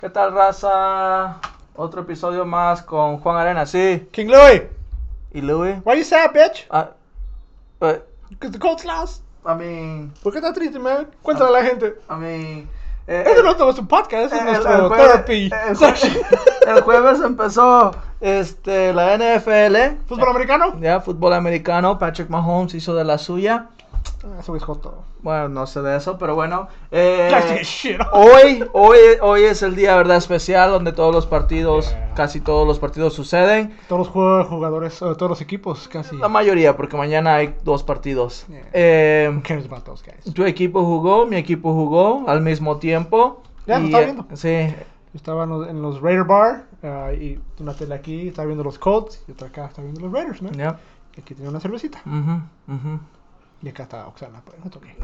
¿Qué tal, raza? Otro episodio más con Juan Arena, sí. King Louis, ¿Y Louis? why you sad, bitch? But, Because the Colts lost. I mean, ¿Por qué estás triste, man? Cuéntale a la gente. I mean... Este no es nuestro podcast, este es nuestro jueves, therapy section. el jueves empezó la NFL. ¿Fútbol americano? Ya, fútbol americano. Patrick Mahomes hizo de la suya. Eso es justo. Bueno, no sé de eso, pero bueno. Shit. Hoy es el día, ¿verdad? Especial donde todos los partidos, casi todos los partidos suceden. Todos los jugadores, todos los equipos, casi. La mayoría, porque mañana hay 2 partidos. Who cares about those guys? Tu equipo jugó, mi equipo jugó al mismo tiempo. Ya, lo estaba viendo. Sí. Yo estaba en los Raider Bar y una tele aquí, estaba viendo los Colts y otra acá estaba viendo los Raiders, ¿no? Yeah. Y aquí tenía una cervecita. Ujú. Y acá está Oxana, pues no toqué.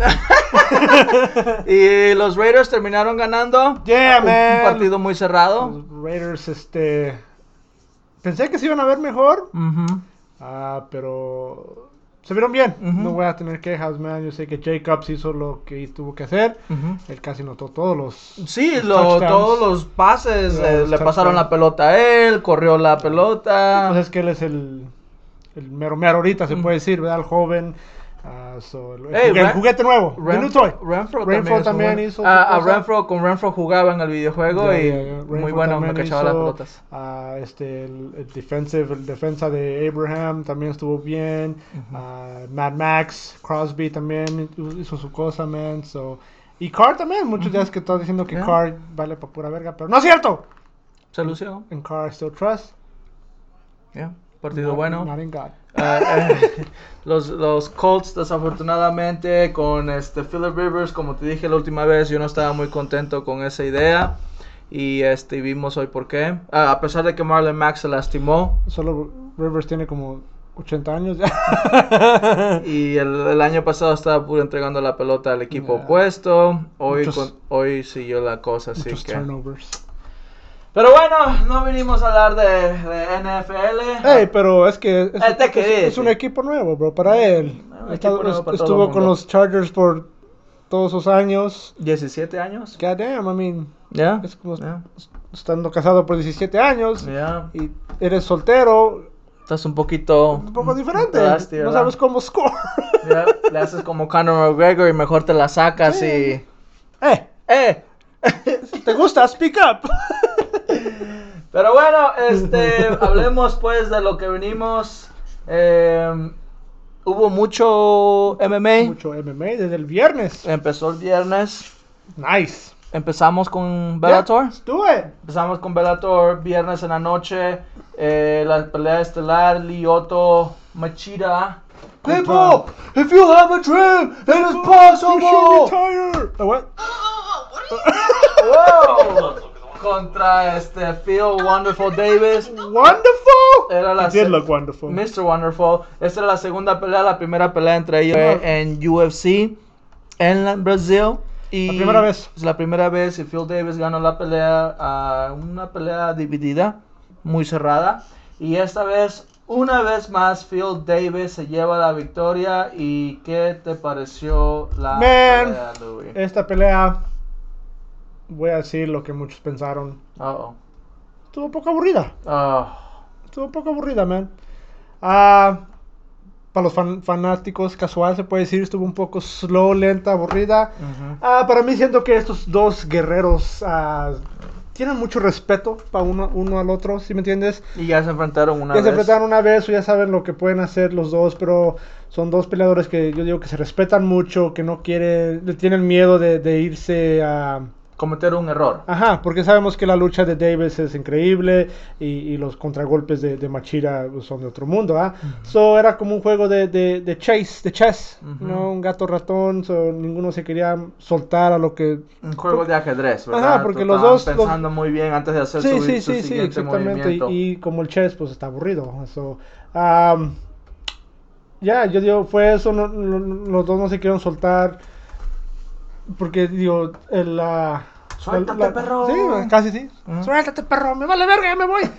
Y los Raiders terminaron ganando. Yeah, man. Un partido muy cerrado. Los Raiders, pensé que se iban a ver mejor, Ujú. pero se vieron bien. Ujú. No voy a tener quejas, man. Yo sé que Jacobs hizo lo que tuvo que hacer. Ujú. Él casi notó todos los Sí, touchdowns. todos los pases, Los le pasaron touchdowns. la pelota a él, corrió la pelota. Pues es que él es el mero ahorita, se puede decir, ¿verdad? El joven. El juguete nuevo, the new toy. Renfro también hizo hizo a su cosa. Con Renfro jugaba en el videojuego muy Renfro bueno, me también cachaba las hizo, pelotas. el defensa de Abraham también estuvo bien. Mad Max, Crosby también hizo su cosa, man. Y Carr también, muchos días que están diciendo que Yeah. Carr vale para pura verga, pero no es cierto. Se lució. En Carr still trust. Yeah. Partido bueno. Not in God. Los Colts, desafortunadamente, con Phillip Rivers, como te dije la última vez, yo no estaba muy contento con esa idea. Y vimos hoy por qué. A pesar de que Marlon Mack se lastimó. Solo Rivers tiene como 80 años ya. Y el año pasado estaba puro entregando la pelota al equipo opuesto. Hoy siguió la cosa, así Muchos que... turnovers. Pero bueno, no vinimos a hablar de NFL. Hey, pero es que Te es un equipo nuevo, bro, para él. Un equipo nuevo para todo el Estuvo mundo. con los Chargers por todos esos años. 17 años. God damn, I mean, ¿Ya? es como Yeah. estando casado por 17 años Yeah. y eres soltero, Estás un poquito... un poco diferente. Nasty, No ¿verdad? sabes cómo score. Yeah. Le haces como Conor McGregor y mejor te la sacas Sí. ¡Eh! Si te gusta, speak up. Pero bueno, hablemos pues de lo que venimos. Hubo mucho MMA. Mucho MMA desde el viernes. Empezó el viernes. Nice. Empezamos con Bellator. Yeah, let's do it. Empezamos con Bellator viernes en la noche. La pelea estelar, Lyoto Machida. People, if you have a dream, it is You possible. should retire. What? Wow. Contra Phil Wonderful Davis. Wonderful. Era la He did look wonderful. Mr. Wonderful. Esta era la segunda pelea. La primera pelea entre ellos fue en UFC en Brasil. Y La primera vez. Es la primera vez y Phil Davis ganó la pelea. Una pelea dividida, muy cerrada. Y esta vez, una vez más, Phil Davis se lleva la victoria. ¿Y qué te pareció la pelea, Louis? Esta pelea, voy a decir lo que muchos pensaron. Uh-oh. Estuvo un poco aburrida. Oh. Estuvo un poco aburrida, man. Para los fanáticos casual se puede decir, estuvo un poco slow, lenta, aburrida. Para mí siento que estos dos guerreros tienen mucho respeto para uno al otro, ¿sí me entiendes? Y ya se enfrentaron una Ya vez. se enfrentaron una vez o ya saben lo que pueden hacer los dos, pero son dos peleadores que yo digo que se respetan mucho, que no tienen miedo de irse a... Cometer un error. Ajá, porque sabemos que la lucha de Davis es increíble y los contragolpes de Machida son de otro mundo, ¿ah? So era como un juego de chess, ¿no? Un gato ratón, ninguno se quería soltar a lo que... Un juego de ajedrez, ¿verdad? Ajá, porque los Estaban dos... pensando muy bien antes de hacer su siguiente exactamente. movimiento. Y como el chess, pues está aburrido. So, yo digo, fue eso, los dos no se quisieron soltar. Porque, digo, ¡Suéltate, perro! Sí, casi sí. ¡Suéltate, perro! ¡Me vale verga, ya me voy!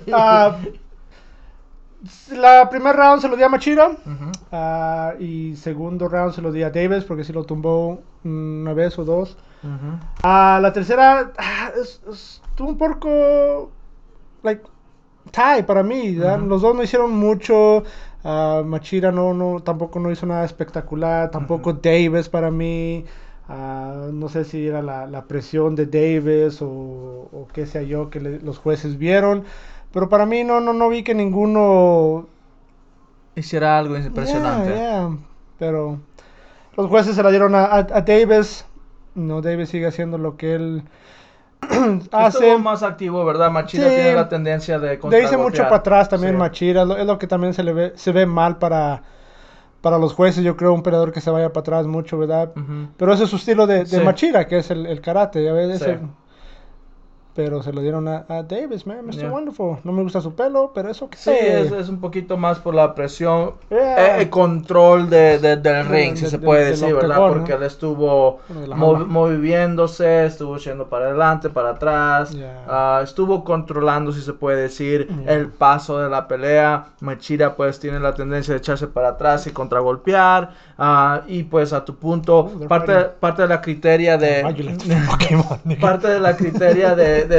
La primer round se lo di a Machida. Y segundo round se lo di a Davis porque sí lo tumbó una vez o dos. La tercera estuvo un poco tie para mí. Los dos no hicieron mucho. Machida tampoco no hizo nada espectacular. Tampoco Davis para mí. No sé si era la presión de Davis o qué sé yo que los jueces vieron. Pero para mí no vi que ninguno hiciera algo impresionante. Pero los jueces se la dieron a Davis. No, Davis sigue haciendo lo que él hace. Estuvo más activo, ¿verdad? Machida tiene la tendencia de contragolpear. Le dice mucho para atrás también Machida. Es lo que también se ve mal para los jueces. Yo creo un peleador que se vaya para atrás mucho, ¿verdad? Pero ese es su estilo de Machida, que es el karate. ¿Ya ves? Pero se lo dieron a Davis, man. Mr. Wonderful. No me gusta su pelo, pero eso que es un poquito más por la presión, el control del ring, si se puede decir, ¿verdad? Porque él estuvo moviéndose, estuvo yendo para adelante, para atrás, estuvo controlando, si se puede decir, el paso de la pelea. Machida pues tiene la tendencia de echarse para atrás y contragolpear, y pues a tu punto, parte de la criteria de parte de la criteria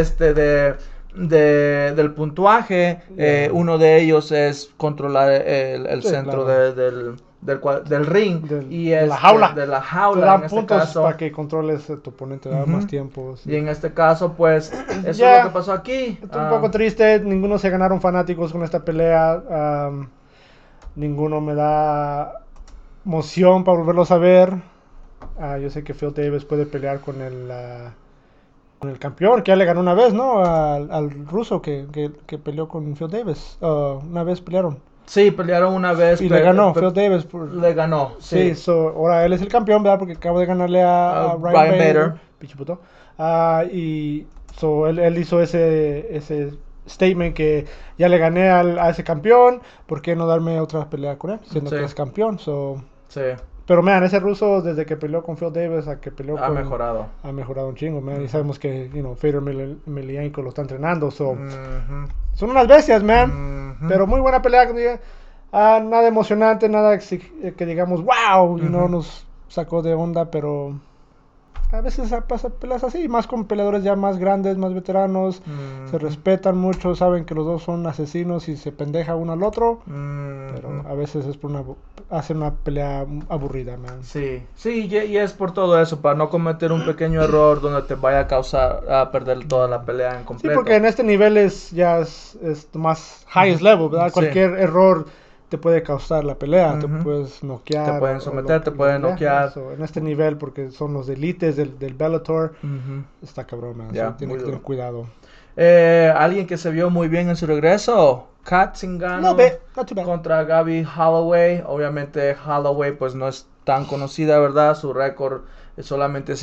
del puntuaje, uno de ellos es controlar el centro del ring de la jaula. De la jaula. Te dan puntos caso, para que controles a tu oponente, da más tiempo. Y en este caso, pues, eso es lo que pasó aquí. Un poco triste, ninguno se ganaron fanáticos con esta pelea. Ninguno me da emoción para volverlos a ver. Yo sé que Phil Davis puede pelear con el campeón, que ya le ganó una vez, ¿no? Al ruso que peleó con Phil Davis. Una vez pelearon. Sí, pelearon una vez. Y le ganó, Phil Davis. Le ganó, sí. Ahora él es el campeón, ¿verdad? Porque acaba de ganarle a Ryan Bader. Pinche puto. Y él hizo ese statement que ya le gané a ese campeón, ¿por qué no darme otra pelea con él? Siendo que es campeón, Sí. Pero, man, ese ruso, desde que peleó con Phil Davis a que peleó ha mejorado un chingo, man. Y sabemos que, Fedor Emelianenko lo está entrenando, son unas bestias, man. Pero muy buena pelea. Nada emocionante, nada que digamos, wow, nos sacó de onda, pero a veces pasa peleas así, más con peleadores ya más grandes, más veteranos, se respetan mucho, saben que los dos son asesinos y se pendeja uno al otro, pero a veces es por hacer una pelea aburrida, man. Sí, y es por todo eso, para no cometer un pequeño error donde te vaya a causar a perder toda la pelea en completo. Sí, porque en este nivel es más highest level, ¿verdad? Cualquier error te puede causar la pelea, te puedes noquear. Te pueden someter, te pueden noquear. En este nivel, porque son los elites del Bellator, está cabrón, man. Tienes que tener cuidado. Alguien que se vio muy bien en su regreso, Kat Zingano contra Gabby Holloway. Obviamente Holloway pues no es tan conocida, ¿verdad? Su récord es solamente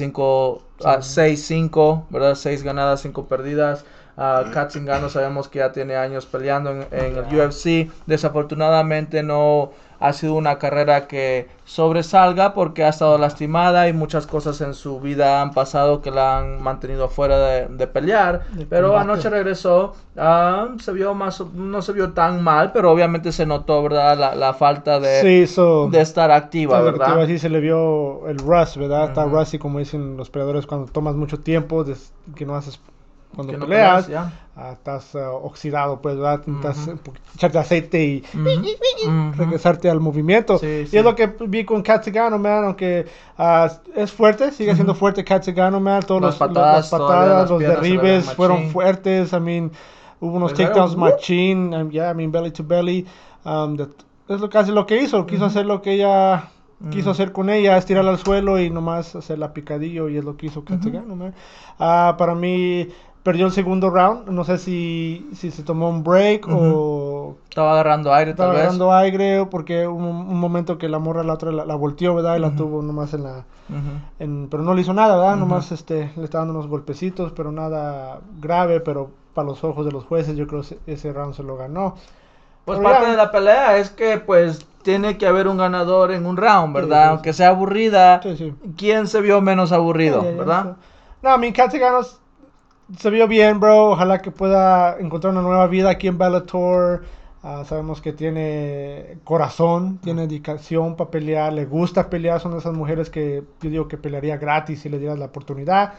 6-5, ¿verdad? 6 ganadas, 5 perdidas. Kat Zingano sabemos que ya tiene años peleando en el UFC. Desafortunadamente no ha sido una carrera que sobresalga porque ha estado lastimada y muchas cosas en su vida han pasado que la han mantenido fuera de pelear. Pero anoche regresó, no se vio tan mal, pero obviamente se notó, ¿verdad? La falta de estar activa, ¿verdad? Así se le vio el rust, ¿verdad? Está rusty, como dicen los peleadores, cuando tomas mucho tiempo que no haces. Cuando peleas, estás oxidado, pues, ¿verdad? Intentas echarte aceite y regresarte al movimiento. Y es lo que vi con Kat Zingano, man, aunque es fuerte, sigue siendo fuerte Kat Zingano, man. Las patadas, los derribes fueron fuertes. Hubo unos takedowns machine, belly to belly. Es casi lo que hizo, quiso hacer lo que ella quiso hacer con ella, estirarla al suelo y nomás hacerla picadillo, y es lo que hizo Kat Zingano, man. Para mí perdió el segundo round, no sé si se tomó un break o estaba agarrando aire, tal vez. Estaba agarrando aire, porque un momento que la morra la otra la volteó, ¿verdad? Y la tuvo nomás pero no le hizo nada, ¿verdad? Nomás le estaba dando unos golpecitos, pero nada grave, pero para los ojos de los jueces yo creo que ese round se lo ganó. Pues pero parte de la pelea es que pues tiene que haber un ganador en un round, ¿verdad? Aunque sea aburrida, ¿quién se vio menos aburrido, verdad? No, Kat Zingano se vio bien, bro. Ojalá que pueda encontrar una nueva vida aquí en Bellator. Sabemos que tiene corazón, tiene dedicación para pelear, le gusta pelear, son de esas mujeres que yo digo que pelearía gratis si le dieras la oportunidad.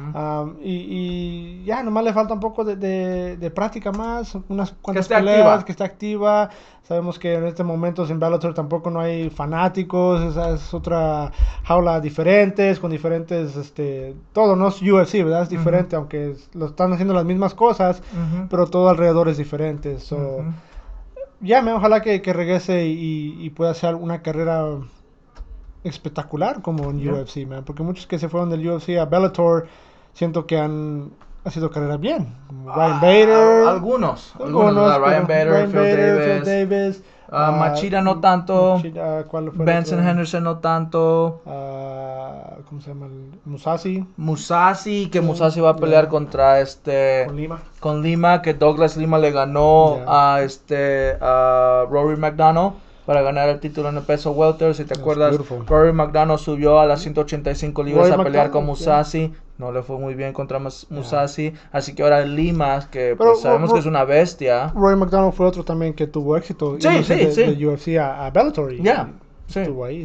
Y ya, nomás le falta un poco de práctica más, unas cuantas peleas, que esté activa. Sabemos que en este momento en Bellator tampoco no hay fanáticos, esa es otra jaula diferente, con diferentes, todo no es UFC, ¿verdad? Es diferente, aunque lo están haciendo las mismas cosas, pero todo alrededor es diferente. So, ya, ojalá que regrese y pueda hacer una carrera espectacular como en UFC, man. Porque muchos que se fueron del UFC a Bellator, siento que han sido carreras bien. Ryan Bader. Algunos, Ryan Bader, Phil Davis. Machida no tanto. ¿Cuál fue Benson Henderson no tanto. ¿Cómo se llama? Musashi. Musashi va a pelear contra con Lima, que Douglas Lima le ganó a Rory McDonald para ganar el título en el peso welter. Si te acuerdas, Rory McDonald subió a las 185 libras a pelear con Musashi. No le fue muy bien contra Musashi. Así que ahora Lima, que pues, sabemos que es una bestia. Rory McDonald fue otro también que tuvo éxito. De UFC a Bellator. Estuvo ahí.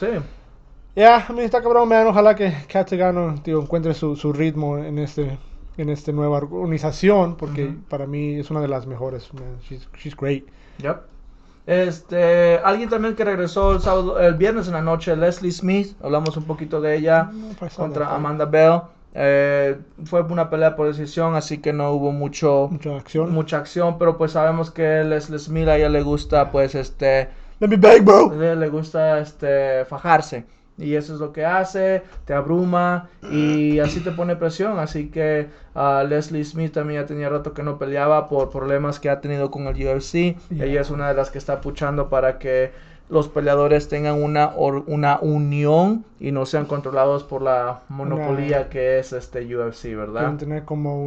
Está cabrón, man. Ojalá que Cat Zingano encuentre su ritmo en esta nueva organización. Porque para mí es una de las mejores. Man. She's great. Yep. Alguien también que regresó el viernes en la noche, Leslie Smith, hablamos un poquito de ella contra Amanda Bell. Fue una pelea por decisión, así que no hubo mucha acción, pero pues sabemos que Leslie Smith a ella le gusta pues let me beg, bro. Le gusta fajarse. Y eso es lo que hace, te abruma y así te pone presión. Así que Leslie Smith también ya tenía rato que no peleaba por problemas que ha tenido con el UFC. Ella es una de las que está puchando para que los peleadores tengan una unión y no sean controlados por la monopolio que es UFC, ¿verdad? Quieren tener como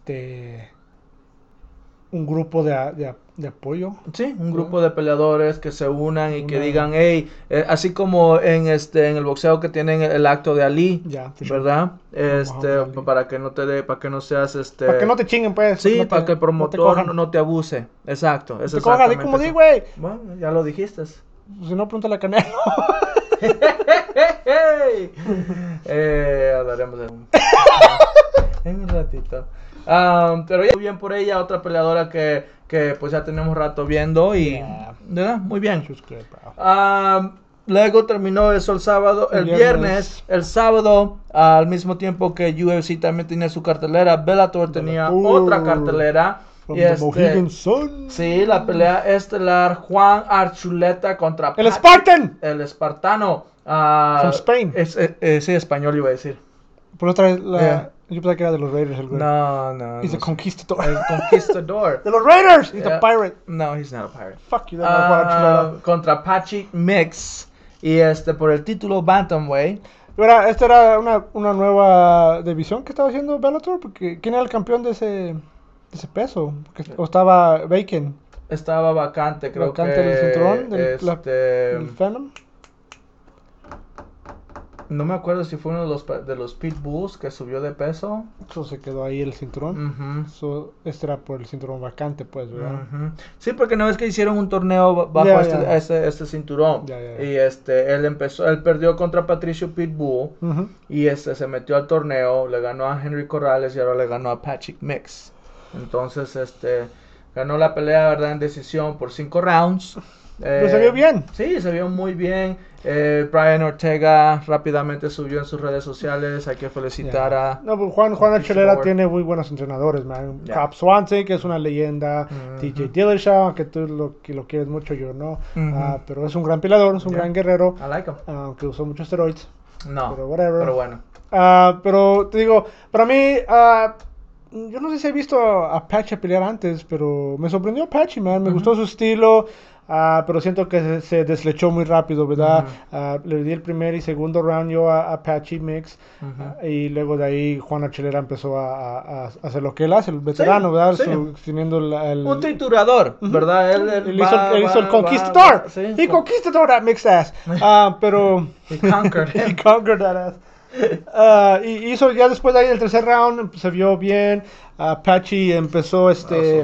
un grupo de apoyo. Sí, un grupo de peleadores que se unan y que digan, hey, así como en el boxeo que tienen el acto de Ali, ¿verdad? Para que no seas para que no te chinguen, pues. Sí, para que el promotor no te abuse. Exacto. Te coja, di como di, güey. Bueno, ya lo dijiste. Si no, pregúntale a Canelo. Hablaremos en un ratito. Pero ya muy bien por ella, otra peleadora que pues ya tenemos rato viendo y ¿verdad? Muy bien. Luego terminó eso el viernes, el sábado, al mismo tiempo que UFC también tenía su cartelera, Bellator tenía otra cartelera. Y sí, la pelea estelar, Juan Archuleta contra el Spartan, el espartano. From Spain. Sí, español iba a decir. Por otra vez, yo pensaba que era de los Raiders el güey. No. He's a conquistador. El conquistador. De los Raiders. He's a pirate. No, he's not a pirate. Fuck you. Contra Patrick Mix. Y por el título Bantamweight. Esta era una nueva división que estaba haciendo Bellator. Porque ¿quién era el campeón de ese peso? ¿O estaba vacant? Estaba vacante, creo que. ¿Vacante el cinturón del Phenom? No me acuerdo si fue uno de los Pitbulls que subió de peso. Eso se quedó ahí el cinturón. Este era por el cinturón vacante, pues, ¿verdad? Sí, porque no es que hicieron un torneo bajo este cinturón. Y él perdió contra Patricio Pitbull. Y se metió al torneo, le ganó a Henry Corrales y ahora le ganó a Patrick Mix. Entonces, ganó la pelea, ¿verdad? En decisión por 5 rounds. Pero se vio bien. Sí, se vio muy bien. Brian Ortega rápidamente subió en sus redes sociales. Hay que felicitar a... No, pues Juan Archuleta tiene muy buenos entrenadores, man. Cap Swansea, que es una leyenda. TJ Dillashaw, que tú lo quieres mucho, yo no. Pero es un gran peleador, es un gran guerrero. I like him. Aunque usó muchos steroids. No, pero whatever. Pero bueno. Pero te digo, para mí... yo no sé si he visto a Patchy pelear antes, pero me sorprendió Patchy, man. Me gustó su estilo. Pero siento que se deslechó muy rápido, ¿verdad? Le di el primer y segundo round yo a Patrick Mix. Y luego de ahí Juan Archuleta empezó a hacer lo que él hace, el veterano, ¿verdad? Teniendo un triturador, ¿verdad? Él hizo el conquistador. He conquistador that mixed ass. Pero... He conquered him. He conquered that ass. Y hizo ya después de ahí el tercer round, se vio bien. Patchy empezó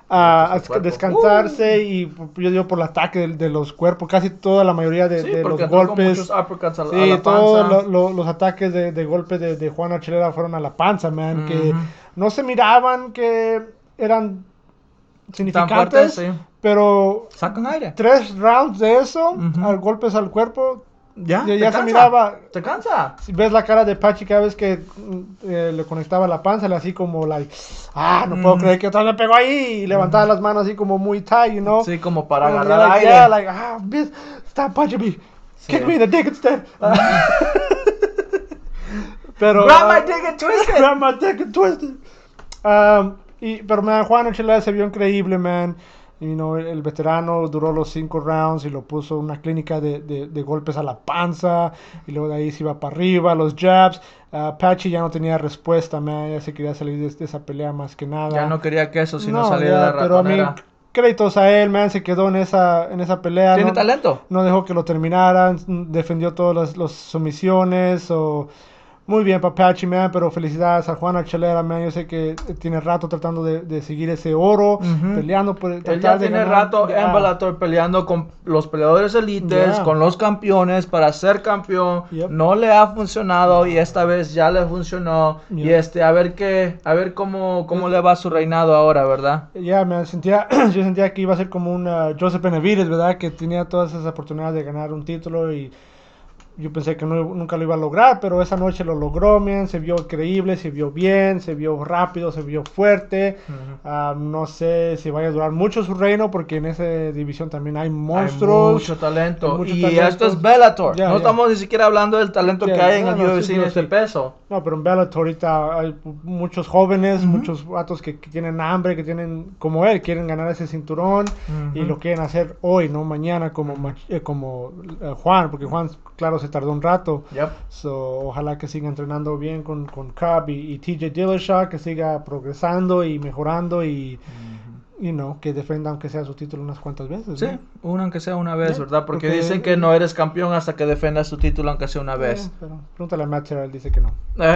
a descansarse y yo digo por el ataque de los cuerpos, casi toda la mayoría de los golpes. Muchos uppercuts a la panza. Todos los ataques de golpes de Juan Archuleta fueron a la panza, man, que no se miraban que eran significantes, fuertes, sí. Pero sacan aire. 3 rounds de eso, golpes al cuerpo. Ya se miraba. Te cansa. Si ves la cara de Pachi cada vez que le conectaba la panza, así como no puedo creer que otra vez me pegó ahí, y levantaba las manos así como muy tight, you know. Sí, como para agarrar aire. Bitch, stop punching me. Kick me in the dick instead. Pero grab my dick and twist it. Grab my dick and twist it. Pero man, Juan Archuleta se vio increíble, man. You know, el veterano duró los 5 rounds y lo puso una clínica de golpes a la panza, y luego de ahí se iba para arriba, los jabs. Pachi ya no tenía respuesta, man, ya se quería salir de esa pelea más que nada. Ya no quería que eso, sino salir de la ratonera. Pero a mí, créditos a él, man, se quedó en esa pelea. Tiene talento. No dejó que lo terminaran, defendió todas las sumisiones, muy bien para Pachi, man, pero felicidades a Juan Archuleta, man. Yo sé que tiene rato tratando de seguir ese oro, peleando por tratar él ya de tiene ganar. rato en Bellator peleando con los peleadores elites, con los campeones para ser campeón. No le ha funcionado y esta vez ya le funcionó. Y a ver cómo le va su reinado ahora, ¿verdad? Yo sentía que iba a ser como un Joseph Benavidez, ¿verdad? Que tenía todas esas oportunidades de ganar un título, y yo pensé que nunca lo iba a lograr, pero esa noche lo logró, man. Se vio increíble, se vio bien, se vio rápido, se vio fuerte. No sé si vaya a durar mucho su reino, porque en esa división también hay monstruos. Hay mucho talento. Esto es Bellator. No estamos ni siquiera hablando del talento que hay en el UFC en este peso. No, pero en Bellator ahorita hay muchos jóvenes, muchos vatos que tienen hambre, que tienen, como él, quieren ganar ese cinturón y lo quieren hacer hoy, no mañana, como Juan, porque Juan, claro, se tardó un rato. Ojalá que siga entrenando bien con Cobb y TJ Dillashaw, que siga progresando y mejorando, y que defenda aunque sea su título unas cuantas veces. Sí, aunque sea una vez, ¿verdad? Porque dicen que no eres campeón hasta que defendas tu título aunque sea una vez. Pero pregúntale a Matt Terrell, dice que no.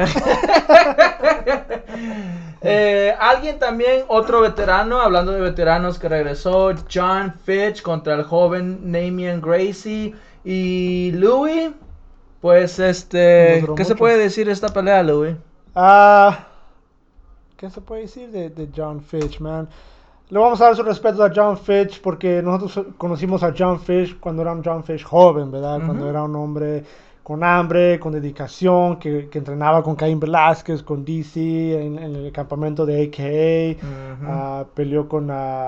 Alguien también, otro veterano, hablando de veteranos que regresó, John Fitch contra el joven Damian Gracie. Y Louis, pues ¿qué se puede decir de esta pelea, Louis? ¿Qué se puede decir de John Fitch, man? Le vamos a dar su respeto a John Fitch, porque nosotros conocimos a John Fitch cuando era un John Fitch joven, ¿verdad? Cuando era un hombre con hambre, con dedicación, que entrenaba con Caín Velázquez, con DC en el campamento de AKA. Peleó con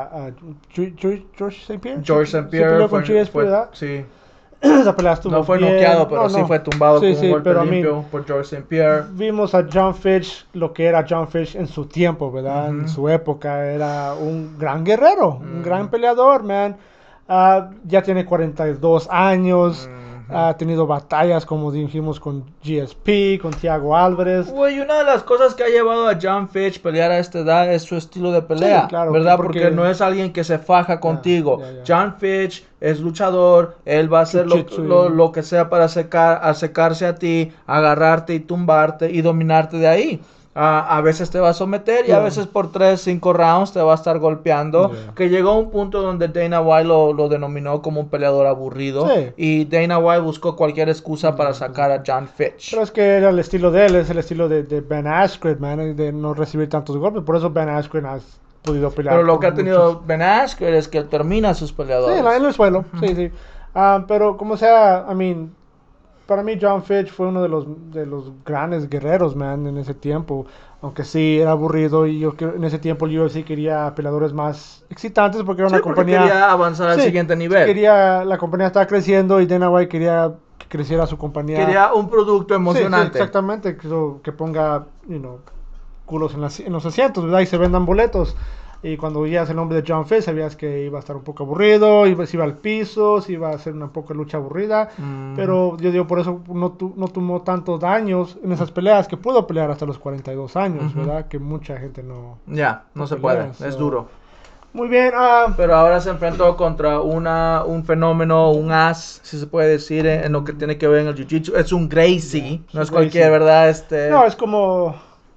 George St. Pierre. George St. Pierre peleó con GSP, ¿verdad? Sí. Esa pelea estuvo no fue bien. noqueado, pero sí fue tumbado con un golpe limpio por George St. Pierre. Vimos a John Fitch, lo que era John Fitch en su tiempo, ¿verdad? En su época era un gran guerrero, un gran peleador, man. Ya tiene 42 años. Ha tenido batallas, como dijimos, con GSP, con Thiago Álvarez. Güey, una de las cosas que ha llevado a John Fitch pelear a esta edad es su estilo de pelea, sí, claro, ¿verdad? Porque no es alguien que se faja contigo. John Fitch es luchador, él va a hacer lo que sea para acercarse a ti, agarrarte y tumbarte y dominarte de ahí. A veces te va a someter y a veces por 3-5 rounds te va a estar golpeando. Que llegó a un punto donde Dana White lo denominó como un peleador aburrido. Y Dana White buscó cualquier excusa para sacar a John Fitch. Pero es que era el estilo de él, es el estilo de Ben Askren, man, de no recibir tantos golpes. Por eso Ben Askren ha podido pelear. Pero lo que ha tenido Ben Askren es que él termina a sus peleadores. Sí, en el suelo, sí. Pero como sea, para mí John Fitch fue uno de los grandes guerreros, man, en ese tiempo. Aunque sí, era aburrido, y yo creo en ese tiempo el UFC quería peleadores más excitantes, porque era una compañía... quería avanzar al siguiente nivel. La compañía estaba creciendo y Dana White quería que creciera su compañía. Quería un producto emocionante. Sí, exactamente, que ponga, culos en los asientos, ¿verdad? Y se vendan boletos. Y cuando oías el nombre de John Fitch, sabías que iba a estar un poco aburrido, se iba al piso, se iba a hacer una poca lucha aburrida. Pero yo digo, por eso no tomó tantos daños en esas peleas, que pudo pelear hasta los 42 años, ¿verdad? Que mucha gente no... no se puede, es duro. Muy bien. Pero ahora se enfrentó contra un fenómeno, un as, si se puede decir, en lo que tiene que ver en el Jiu-Jitsu. Es un Gracie, no es cualquier, ¿verdad? No, es como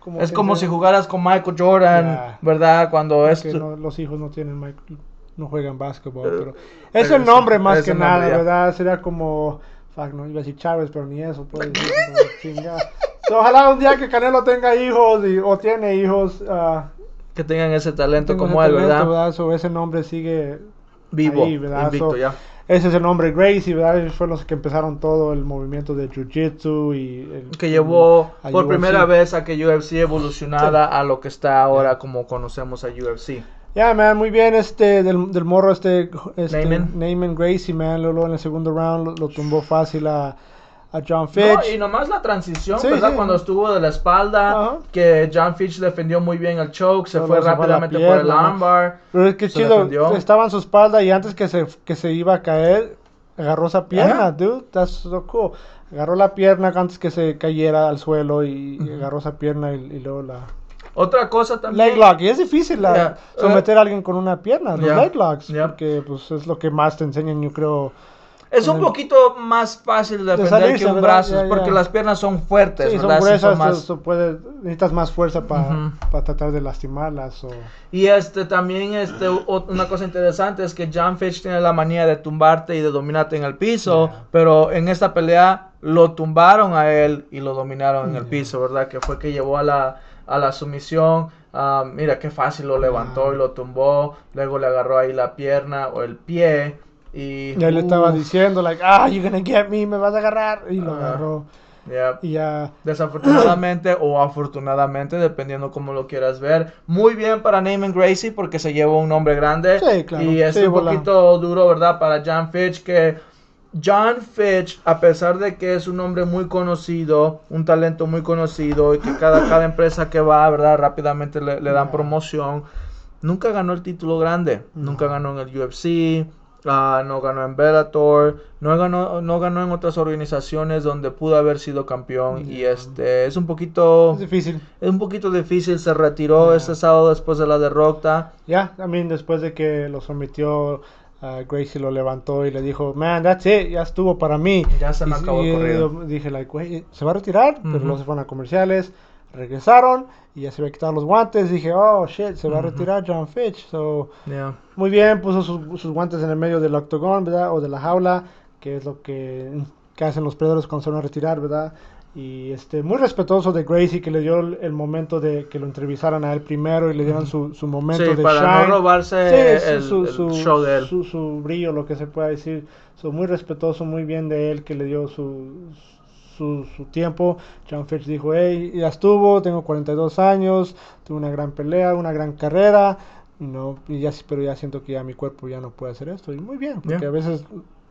Es como si jugaras con Michael Jordan, ¿verdad? Cuando los hijos no tienen no juegan básquetbol, pero es el nombre más que nada, ¿verdad? Sería como, no iba a decir Chávez, pero ni eso puede decir, ojalá un día que Canelo tenga hijos o tiene hijos, que tengan ese talento como él, ¿verdad? Ese nombre sigue vivo, ahí, ¿verdad? Invicto, ya. Ese es el nombre Gracie, ¿verdad? Ellos fueron los que empezaron todo el movimiento de Jiu-Jitsu que llevó por primera vez a que UFC evolucionara a lo que está ahora como conocemos a UFC. Man, muy bien del morro Neiman Gracie, man, luego en el segundo round lo tumbó fácil a John Fitch. No, y nomás la transición, ¿verdad? Cuando estuvo de la espalda, que John Fitch defendió muy bien el choke, se fue rápidamente por el armbar. Pero es que chido, estaba en su espalda y antes que se iba a caer, agarró esa pierna, dude, that's so cool. Agarró la pierna antes que se cayera al suelo y agarró esa pierna y luego la... Otra cosa también. Leg lock, y es difícil someter a alguien con una pierna, los leg locks, porque pues es lo que más te enseñan, yo creo. Es un poquito más fácil de defender que un brazo, porque las piernas son fuertes, ¿verdad? Son gruesas, necesitas más fuerza para tratar de lastimarlas. Y también una cosa interesante es que John Fitch tiene la manía de tumbarte y de dominarte en el piso, pero en esta pelea lo tumbaron a él y lo dominaron en el piso, ¿verdad? Que fue que llevó a la sumisión. Mira qué fácil lo levantó y lo tumbó, luego le agarró ahí la pierna o el pie. Y él estaba diciendo, you're gonna get me, me vas a agarrar. Y lo agarró. Y ya. Desafortunadamente o afortunadamente, dependiendo cómo lo quieras ver. Muy bien para Neiman Gracie porque se llevó un nombre grande. Sí, claro. Y es un poquito duro, ¿verdad? Para John Fitch, que John Fitch, a pesar de que es un hombre muy conocido, un talento muy conocido, y que cada empresa que va, ¿verdad? Rápidamente le dan promoción. Nunca ganó el título grande. Nunca ganó en el UFC. No ganó en Bellator, no ganó en otras organizaciones donde pudo haber sido campeón y es un poquito difícil. Es un poquito difícil, se retiró este sábado después de la derrota. Después de que lo sometió, Gracie lo levantó y le dijo, man, that's it, ya estuvo para mí. Ya se me acabó el corrido. Dije, se va a retirar, pero luego se fueron a comerciales, regresaron y ya se había quitado los guantes. Dije, oh shit, se va a retirar John Fitch. Muy bien, puso sus guantes en el medio del octagón, ¿verdad? O de la jaula, que es lo que hacen los peleadores cuando se van a retirar, ¿verdad? Y muy respetuoso de Gracie, que le dio el momento de que lo entrevistaran a él primero y le dieran su momento de para shine. No robarse el show de él. Su brillo, lo que se pueda decir. Muy respetuoso, muy bien de él, que le dio su tiempo. John Fitch dijo, hey, ya estuvo, tengo 42 años, tuve una gran pelea, una gran carrera, pero ya siento que ya mi cuerpo ya no puede hacer esto. Y muy bien, porque a veces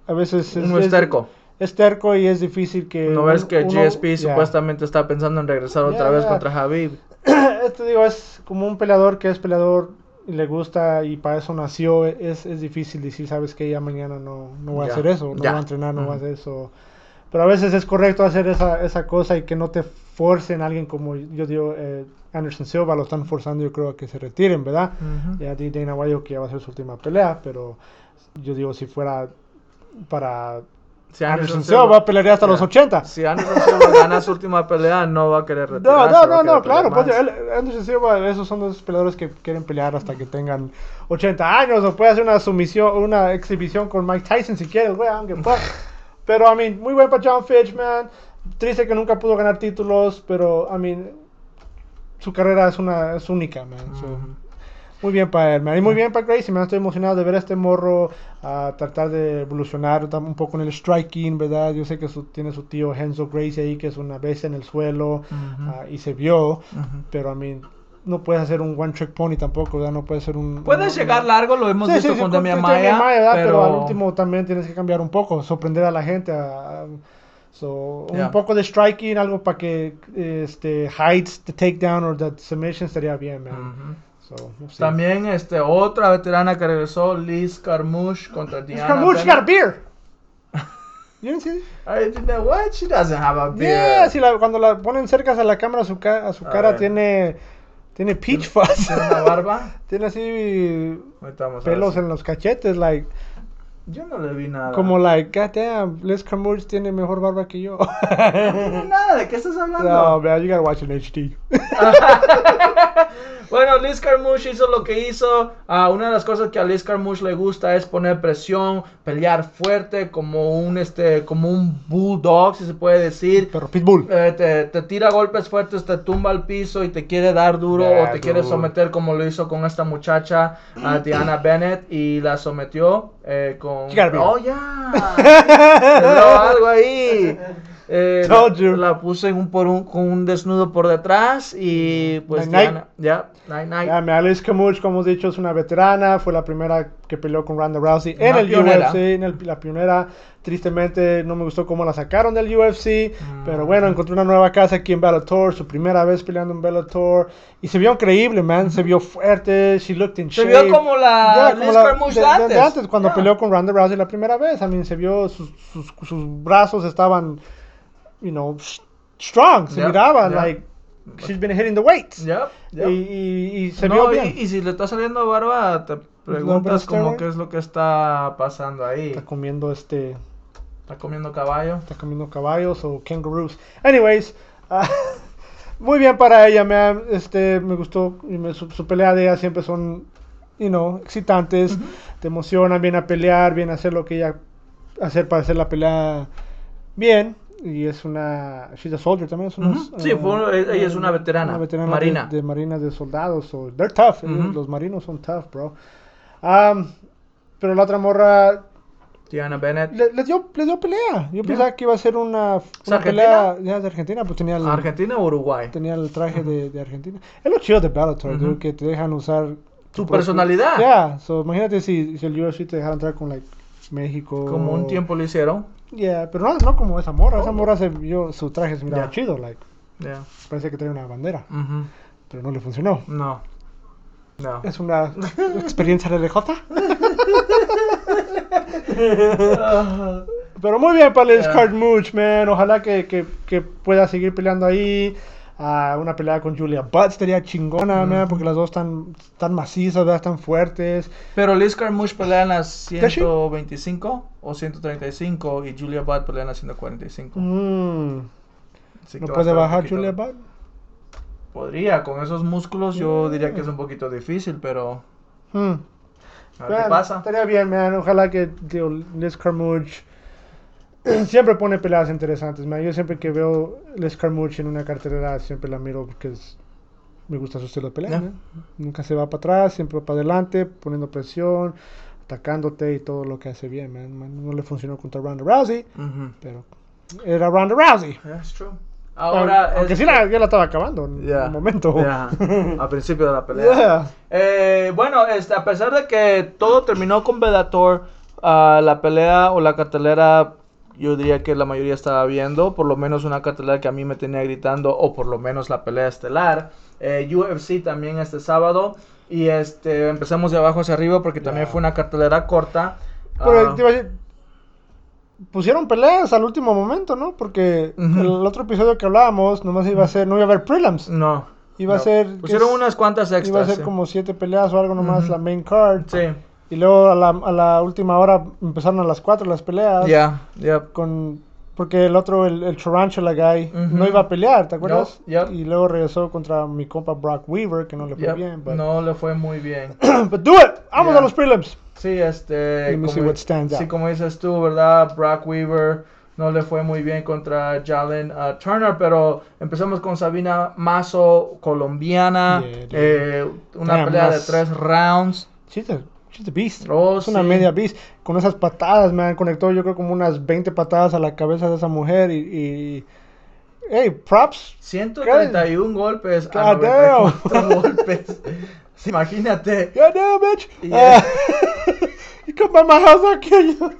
es terco. Es terco y es difícil que... ¿No ves que GSP supuestamente está pensando en regresar otra vez contra Khabib? Es como un peleador que es peleador y le gusta y para eso nació. Es difícil decir, sabes que ya mañana no voy a hacer eso, no voy a entrenar, no voy a hacer eso. Pero a veces es correcto hacer esa cosa y que no te forcen a alguien como yo digo, Anderson Silva lo están forzando, yo creo, a que se retiren, ¿verdad? Ya Dana White dijo que ya va a ser su última pelea, pero yo digo, si fuera para Anderson Silva pelearía hasta los 80. Si Anderson Silva gana su última pelea, no va a querer retirarse. No, claro, pues Anderson Silva, esos son los peleadores que quieren pelear hasta que tengan 80 años, o puede hacer una sumisión, una exhibición con Mike Tyson si quieres, güey, aunque pero, muy buen para John Fitch, man. Triste que nunca pudo ganar títulos, pero, su carrera es única, man. Muy bien para él, man. Y muy bien para Gracie, man. Estoy emocionado de ver a este morro tratar de evolucionar un poco en el striking, ¿verdad? Yo sé que tiene su tío Renzo Gracie ahí, que es una bestia en el suelo, y se vio, pero, no puedes hacer un one trick pony tampoco, ¿verdad? No puedes ser puedes llegar largo, lo hemos visto con Demian Maia, pero al último también tienes que cambiar un poco, sorprender a la gente, un poco de striking, algo para que hides the takedown o the submission estaría bien, man. También otra veterana que regresó, Liz Carmouche contra Diana Carmouche got a beer. You didn't see that? What? She doesn't have a beer. Yeah, cuando la ponen cerca a la cámara, a su cara tiene peach fuzz. ¿Tiene una barba? Tiene así pelos en los cachetes, Yo no le vi nada. Como like, goddamn, Liz Carmouche tiene mejor barba que yo. No, nada, ¿de qué estás hablando? No, man, you gotta watch it in HD. Bueno, Liz Carmouche hizo lo que hizo. Una de las cosas que a Liz Carmouche le gusta es poner presión, pelear fuerte, como un bulldog, si se puede decir. Pero Pitbull. Te tira golpes fuertes, te tumba al piso y te quiere dar duro o te quiere someter como lo hizo con esta muchacha, Diana Bennett, y la sometió con... ¡Oh, ya! Me dio algo ahí. La puse con un desnudo por detrás y pues Night. Night. Liz Carmouche, como hemos dicho, es una veterana. Fue la primera que peleó con Ronda Rousey en el pionera. UFC. La pionera. Tristemente no me gustó cómo la sacaron del UFC. Pero bueno, encontró una nueva casa aquí en Bellator. Su primera vez peleando en Bellator. Y se vio increíble, man. Se vio fuerte. She looked in shape. Se vio como la Liz Carmouche de antes. Cuando peleó con Ronda Rousey la primera vez. Se vio sus brazos estaban, strong. Se miraba, like, she's been hitting the weights. Y se vio bien. Y si le está saliendo barba, te preguntas como qué es lo que está pasando ahí. Está comiendo Está comiendo caballo. Está comiendo caballos o kangaroos. Anyways, muy bien para ella, man. Me gustó. Su pelea de ella siempre son, excitantes. Uh-huh. Te emocionan, viene a pelear, viene a hacer lo que ella hacer para hacer la pelea bien. Y es she's a soldier también. Sí, ella es una veterana. Una veterana marina. De marinas de soldados. So they're tough. Uh-huh. Los marinos son tough, bro. Pero la otra morra, Diana Bennett, le dio pelea. Yo pensaba que iba a ser una pelea de Argentina. Pues tenía ¿Argentina o Uruguay? Tenía el traje de Argentina. Es lo chido de Bellator, dude, que te dejan usar tu personalidad. Yeah, so imagínate si el UFC te dejara entrar con México. Como un tiempo lo hicieron. Yeah, pero no como esa morra. Esa morra su traje se miraba chido, parece que tenía una bandera. Uh-huh. Pero no le funcionó. No. Es una experiencia de LJ. Pero muy bien para Liz Carmouche, man. Ojalá que pueda seguir peleando ahí. Una pelea con Julia Budd estaría chingona, man, porque las dos están macizas, ¿verdad? Están fuertes. Pero Liz Carmouche pelea en las 125 o 135 y Julia Budd pelea en las 145. ¿No puede bajar Julia Budd? Podría, con esos músculos yo diría que es un poquito difícil, pero... A ver qué pasa. Estaría bien, man. Ojalá que Liz Carmouche siempre pone peleas interesantes, man. Yo siempre que veo Liz Carmouche en una cartelera siempre la miro porque me gusta su estilo de pelea, man. Nunca se va para atrás, siempre va para adelante, poniendo presión, atacándote y todo lo que hace bien, man. No le funcionó contra Ronda Rousey, pero era Ronda Rousey. That's true. Ahora, aunque sí ya la estaba acabando en un momento. Al principio de la pelea. Bueno, a pesar de que todo terminó con Bellator, la pelea o la cartelera, yo diría que la mayoría estaba viendo, por lo menos una cartelera que a mí me tenía gritando, o por lo menos la pelea estelar. UFC también este sábado, y empezamos de abajo hacia arriba porque también fue una cartelera corta. Pero te iba a decir, pusieron peleas al último momento, ¿no? Porque el otro episodio que hablábamos nomás no iba a haber prelims. No. Iba a ser... Pusieron unas cuantas extras. Iba a ser como 7 peleas o algo nomás, la main card. Sí. Y luego a la última hora empezaron a las 4 las peleas. Porque el otro, el Tarantula guy, no iba a pelear, ¿te acuerdas? Y luego regresó contra mi compa Brock Weaver, que no le fue bien. No le fue muy bien. But do it! ¡Vamos a los prelims! Sí, como dices tú, ¿verdad? Brock Weaver no le fue muy bien contra Jalen Turner, pero empezamos con Sabina Mazo, colombiana, una pelea de 3 rounds. She's a beast. Es una media beast. Con esas patadas, man, conectó yo creo como unas 20 patadas a la cabeza de esa mujer y hey, props. 131 golpes a 94 golpes. Imagínate. God damn, bitch. You come by my house, I'll kill you.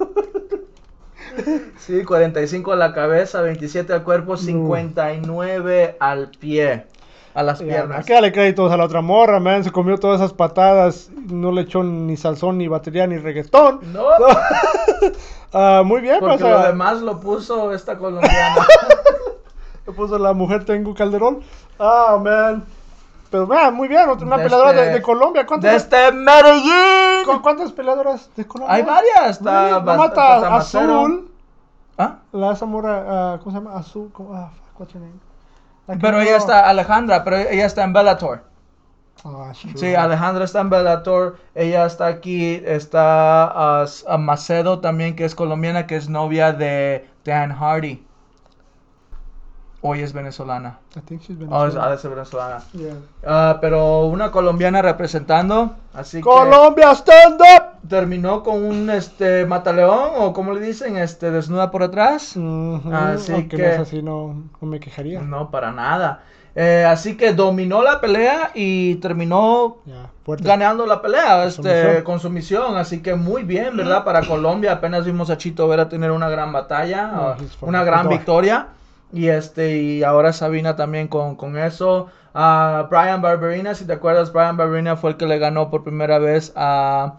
Sí, 45 a la cabeza, 27 al cuerpo, 59 al pie. A las piernas. Hay que darle créditos a la otra morra, man. Se comió todas esas patadas. No le echó ni salsón, ni batería, ni reggaetón. No. Muy bien, porque lo demás lo puso esta colombiana. Lo puso la mujer Tengu Calderón. Man. Pero muy bien, una peleadora de Colombia. Desde Medellín. ¿Cuántas peleadoras de Colombia? Hay varias. Está la mata Macero. Azul. ¿Ah? La Zamora, ¿cómo se llama? Azul. What's her name? Pero ella está, Alejandra, pero ella está en Bellator. That's true. Sí, Alejandra está en Bellator. Ella está aquí. Está Macedo también, que es colombiana, que es novia de Dan Hardy. Hoy es venezolana. I think she's Ha Venezuelan. de ser venezolana. Yeah. Pero una colombiana representando. Así Colombia, stand up. que terminó con un mataleón, o como le dicen, desnuda por atrás. Así Aunque que no es así, no me quejaría. no, para nada. Así que dominó la pelea y terminó Ya, fuerte. ganando la pelea Sumisión. con sumisión. Así que muy bien, ¿verdad? Para Colombia apenas vimos a Chito Vera tener una gran batalla, No, he's fine. una gran Good boy. victoria. Y ahora Sabina también con eso. Brian Barberina, si te acuerdas, Brian Barberina fue el que le ganó por primera vez al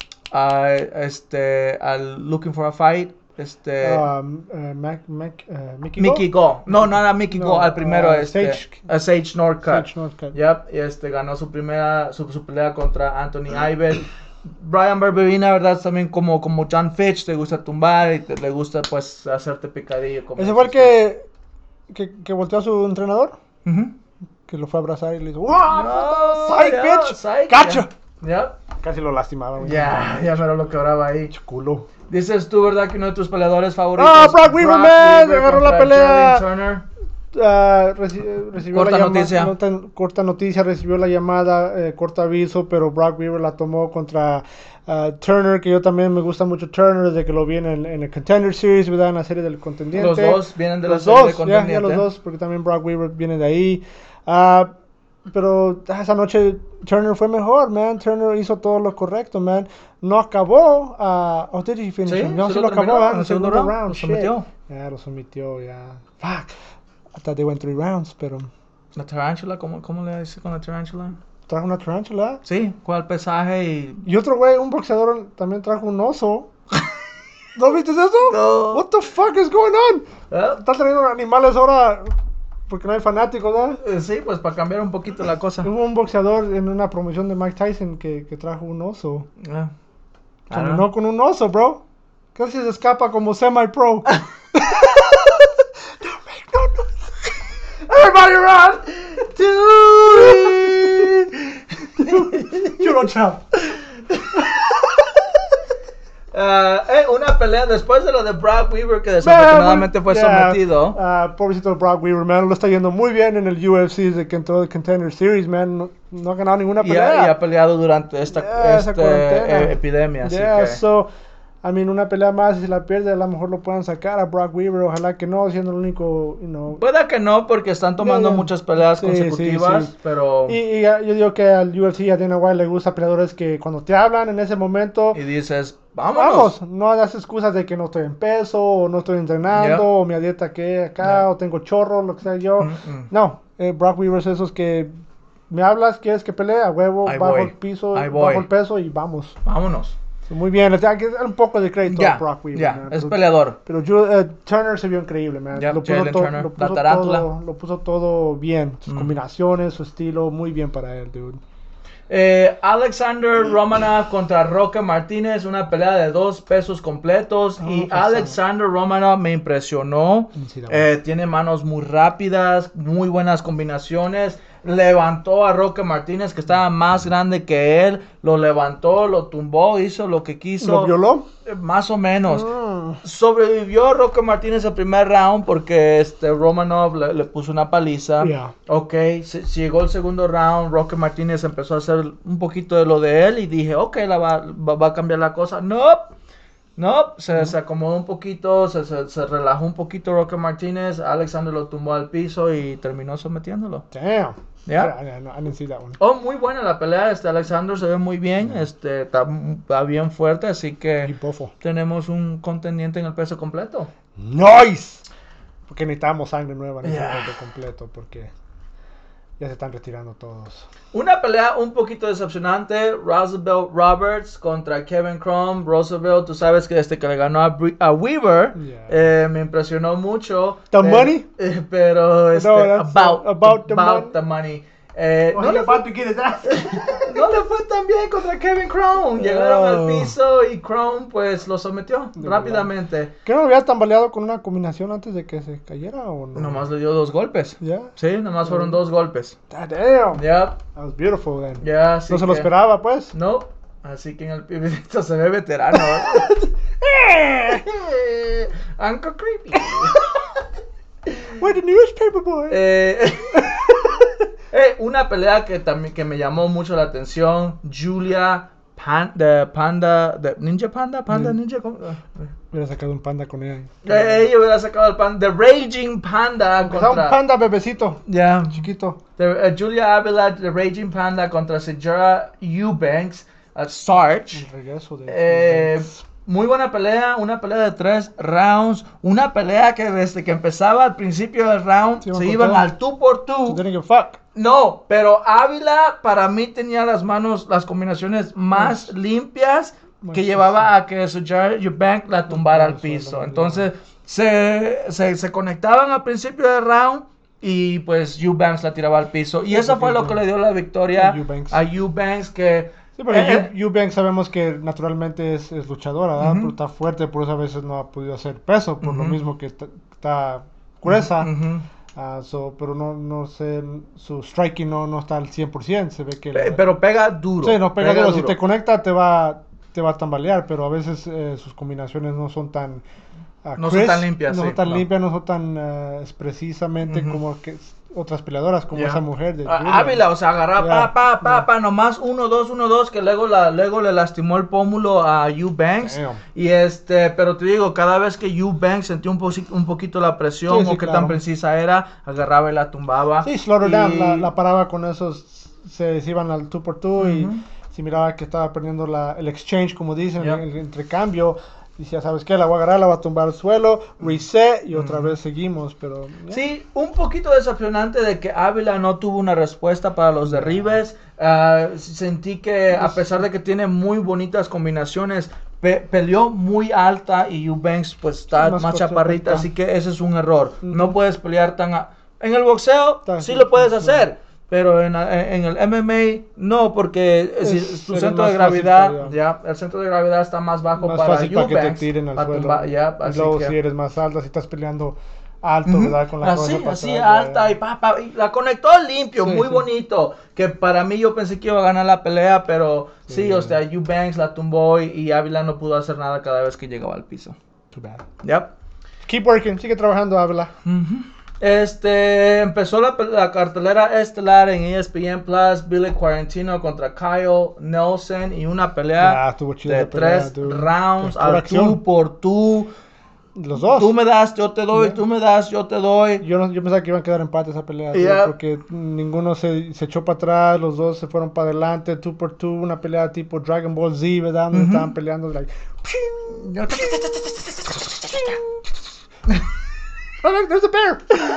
Looking for a Fight. Mickey Gall. No era Mickey No, Gall, al primero Sage Northcutt. Sage Northcutt. Yep, y ganó su pelea contra Anthony Ives. Brian Barberina, ¿verdad? También como John Fitch, te gusta tumbar y le gusta pues hacerte picadillo. ¿Ese fue el que volteó a su entrenador? Ujú. Que lo fue a abrazar y le dijo, No, ¡Psych, ya, bitch! psych, ¡Cacho! ya. Casi lo lastimaba. güey. Ya mero lo quebraba ahí. Culo. Dices tú, ¿verdad? Que uno de tus peleadores favoritos. Brock Weaver, man, agarró la contra pelea. Jalen Turner. Recibió Corta la noticia. corta noticia, recibió la llamada, corto aviso, pero Brock Weaver la tomó contra Turner, que yo también me gusta mucho Turner desde que lo vi en el Contender Series, ¿verdad? En la serie del contendiente. Los dos vienen de la Los serie de dos, contendiente. ya los dos, porque también Brock Weaver viene de ahí. Pero esa noche Turner fue mejor, man. Turner hizo todo lo correcto, man. No acabó. Did he finish Sí, him? No, sí sí lo lo acabó, terminó en el segundo round. lo shit. sometió. Ya, lo sometió, ya. Fuck. I thought they went 3 rounds, pero... La tarantula, ¿cómo le dice con la tarantula? Trajo una tarantula. Sí, fue al pesaje Y otro güey, un boxeador, también trajo un oso. ¿No viste eso? No. What the fuck is going on? Están trayendo animales ahora porque no hay fanáticos, ¿verdad? Sí, pues para cambiar un poquito la cosa. Hubo un boxeador en una promoción de Mike Tyson que trajo un oso. Caminó con un oso, bro. Casi se escapa como semi-pro. Everybody run! Churo chap. Una pelea después de lo de Brock Weaver, que desafortunadamente fue sometido. Pobrecito Brock Weaver, man. Lo está yendo muy bien en el UFC desde que entró el Contender Series, man. No ha ganado ninguna pelea. Y ha peleado durante esta epidemia. Así que... una pelea más, y si la pierde, a lo mejor lo puedan sacar a Brock Weaver. Ojalá que no, siendo el único, Puede que no, porque están tomando muchas peleas consecutivas, sí. pero... Y yo digo que al UFC y a Dana White le gusta peleadores que cuando te hablan en ese momento... Y dices, vámonos. Vamos, no hagas excusas de que no estoy en peso, o no estoy entrenando, o mi dieta que acá, o tengo chorro, lo que sea yo. No, Brock Weaver es esos que me hablas, quieres que pelee, a huevo, bajo el piso, bajo el peso y vamos. Vámonos. Muy bien, le tengo que dar un poco de crédito a Brock Weaver. Es peleador. Pero Turner se vio increíble, man. Lo puso todo bien. Sus combinaciones, su estilo, muy bien para él, dude. Alexander Romanov contra Roque Martínez, una pelea de 2 pesos completos. Y Alexander Romanov me impresionó. Tiene manos muy rápidas, muy buenas combinaciones. Levantó a Roque Martínez, que estaba más grande que él. Lo levantó, lo tumbó, hizo lo que quiso. ¿Lo violó? Más o menos. Sobrevivió Roque Martínez el primer round porque Romanov le puso una paliza. Ok, llegó el segundo round. Roque Martínez empezó a hacer un poquito de lo de él y dije, ok, va a cambiar la cosa. No, se acomodó un poquito, se relajó un poquito Roque Martínez. Alexander lo tumbó al piso y terminó sometiéndolo. Damn. Yeah. I didn't see that one. Muy buena la pelea. Alexander se ve muy bien. Está bien fuerte, así que tenemos un contendiente en el peso completo. Nice. Porque necesitamos sangre nueva en el peso completo, porque ya se están retirando todos. Una pelea un poquito decepcionante. Roosevelt Roberts contra Kevin Crum. Roosevelt, tú sabes que desde que le ganó a Weaver, me impresionó mucho. The money? Pero about the money. No le fue tan bien contra Kevin Crown. Llegaron al piso y Crown pues lo sometió rápidamente. ¿Que no había tambaleado con una combinación antes de que se cayera o no? Nomás le dio 2 golpes. ¿Ya? Sí, nomás fueron 2 golpes. Damn. Yeah. That was beautiful then. Yeah, No se lo esperaba pues. No. Así que en el pibito se ve veterano. Uncle Creepy. Where the newspaper boy? Una pelea que también que me llamó mucho la atención, Julia Ninja Panda, Ninja. Hubiera sacado un panda con ella. Ella hubiera sacado el panda, The Raging Panda contra un panda bebecito. Yeah. Chiquito. Julia Avila, The Raging Panda contra Sejara Eubanks, Sarge. El regreso de Muy buena pelea, una pelea de 3 rounds, una pelea que desde que empezaba al principio del round se iban al 2x2. Didn't give a fuck. No, pero Ávila para mí tenía las combinaciones más limpias que llevaba a que Sejara Eubanks la tumbara al piso. Entonces se conectaban al principio del round y pues Eubanks la tiraba al piso. Y eso fue lo que le dio la victoria a Eubanks que... Sí, porque Eubanks sabemos que naturalmente es luchadora, ¿verdad? Pero está fuerte, por eso a veces no ha podido hacer peso, por lo mismo que está gruesa. Pero no sé, su striking no está al 100%, se ve que... Pero pega duro. Sí, no, pega duro. Si te conecta te va a tambalear, pero a veces sus combinaciones no son tan... no son tan limpias. No son tan limpias, no son tan precisamente como que otras peleadoras, como esa mujer de Ávila, o sea, agarraba nomás 1-2, que luego le lastimó el pómulo a Eubanks. Y pero te digo, cada vez que Eubanks sentía un poquito la presión o qué tan precisa era, agarraba y la tumbaba. Sí, Slaughterdown la paraba con esos, se iban al 2x2 y si miraba que estaba perdiendo el exchange, como dicen, el intercambio. Decía, ¿sabes qué? La voy a agarrar, la voy a tumbar al suelo, reset y otra vez seguimos, pero... Sí, un poquito decepcionante de que Ávila no tuvo una respuesta para los derribes. Sentí que a pesar de que tiene muy bonitas combinaciones, peleó muy alta y Eubanks pues está más chaparrita, así que ese es un error. No puedes pelear tan... En el boxeo sí lo puedes hacer. Pero en el MMA no, porque tu centro de gravedad, el centro de gravedad está más bajo más para fácil para que te tiren al suelo. Y luego si eres más alta, si estás peleando alto, ¿verdad? Con la así alta y la conectó limpio, muy bonito. Que para mí yo pensé que iba a ganar la pelea, pero sí, o sea, Eubanks la tumbó y Ávila no pudo hacer nada cada vez que llegaba al piso. Too bad. Yep. Keep working, sigue trabajando, Ávila. Empezó la cartelera estelar en ESPN Plus, Billy Quarantino contra Kyle Nelson y una pelea de 3 rounds al 2x2. Los dos. Tú me das, yo te doy, tú me das, yo te doy. Yo pensaba que iban a quedar empate esa pelea, porque ninguno se echó para atrás, los dos se fueron para adelante, 2x2, una pelea tipo Dragon Ball Z, ¿verdad? Donde estaban peleando, like... Oh, look, there's a bear.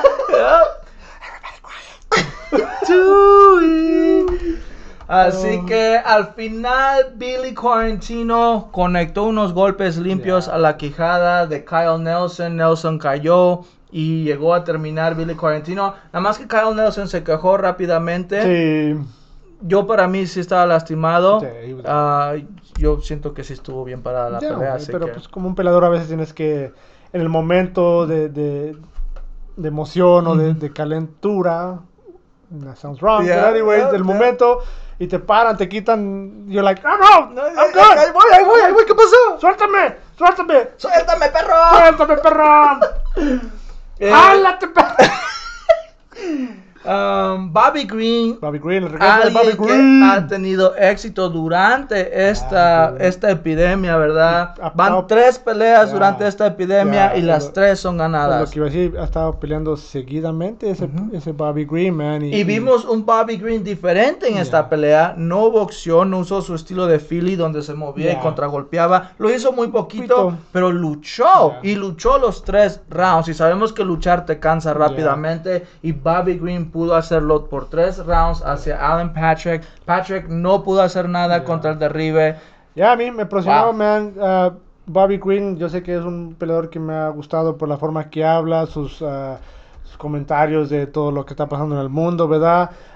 Así que al final Billy Quarantino conectó unos golpes limpios a la quijada de Kyle Nelson. Nelson cayó y llegó a terminar Billy Quarantino. Nada más que Kyle Nelson se quejó rápidamente. Sí. Yo para mí sí estaba lastimado. Yo siento que sí estuvo bien para la pelea. Pero pues como un peleador a veces tienes que... En el momento de emoción o de calentura, that sounds wrong, but anyways, del momento, y te paran, te quitan, you're like, oh no, I'm good, ahí voy, ¿qué pasó? Suéltame, Suéltame, perro, jálate, perro. Bobby Green, el regreso de Bobby Green, que ha tenido éxito durante esta epidemia, ¿verdad? Van 3 peleas durante esta epidemia y las 3 son ganadas. Lo que iba a decir, ha estado peleando seguidamente ese Bobby Green, man. Y vimos un Bobby Green diferente en esta pelea. No boxeó, no usó su estilo de Philly donde se movía y contragolpeaba. Lo hizo muy poquito, pero luchó y luchó los 3 rounds. Y sabemos que luchar te cansa rápidamente y Bobby Green pudo hacerlo por 3 rounds hacia Alan Patrick. Patrick no pudo hacer nada contra el derribe. A mí me impresionó, man. Bobby Green, yo sé que es un peleador que me ha gustado por la forma que habla, sus comentarios de todo lo que está pasando en el mundo, ¿verdad?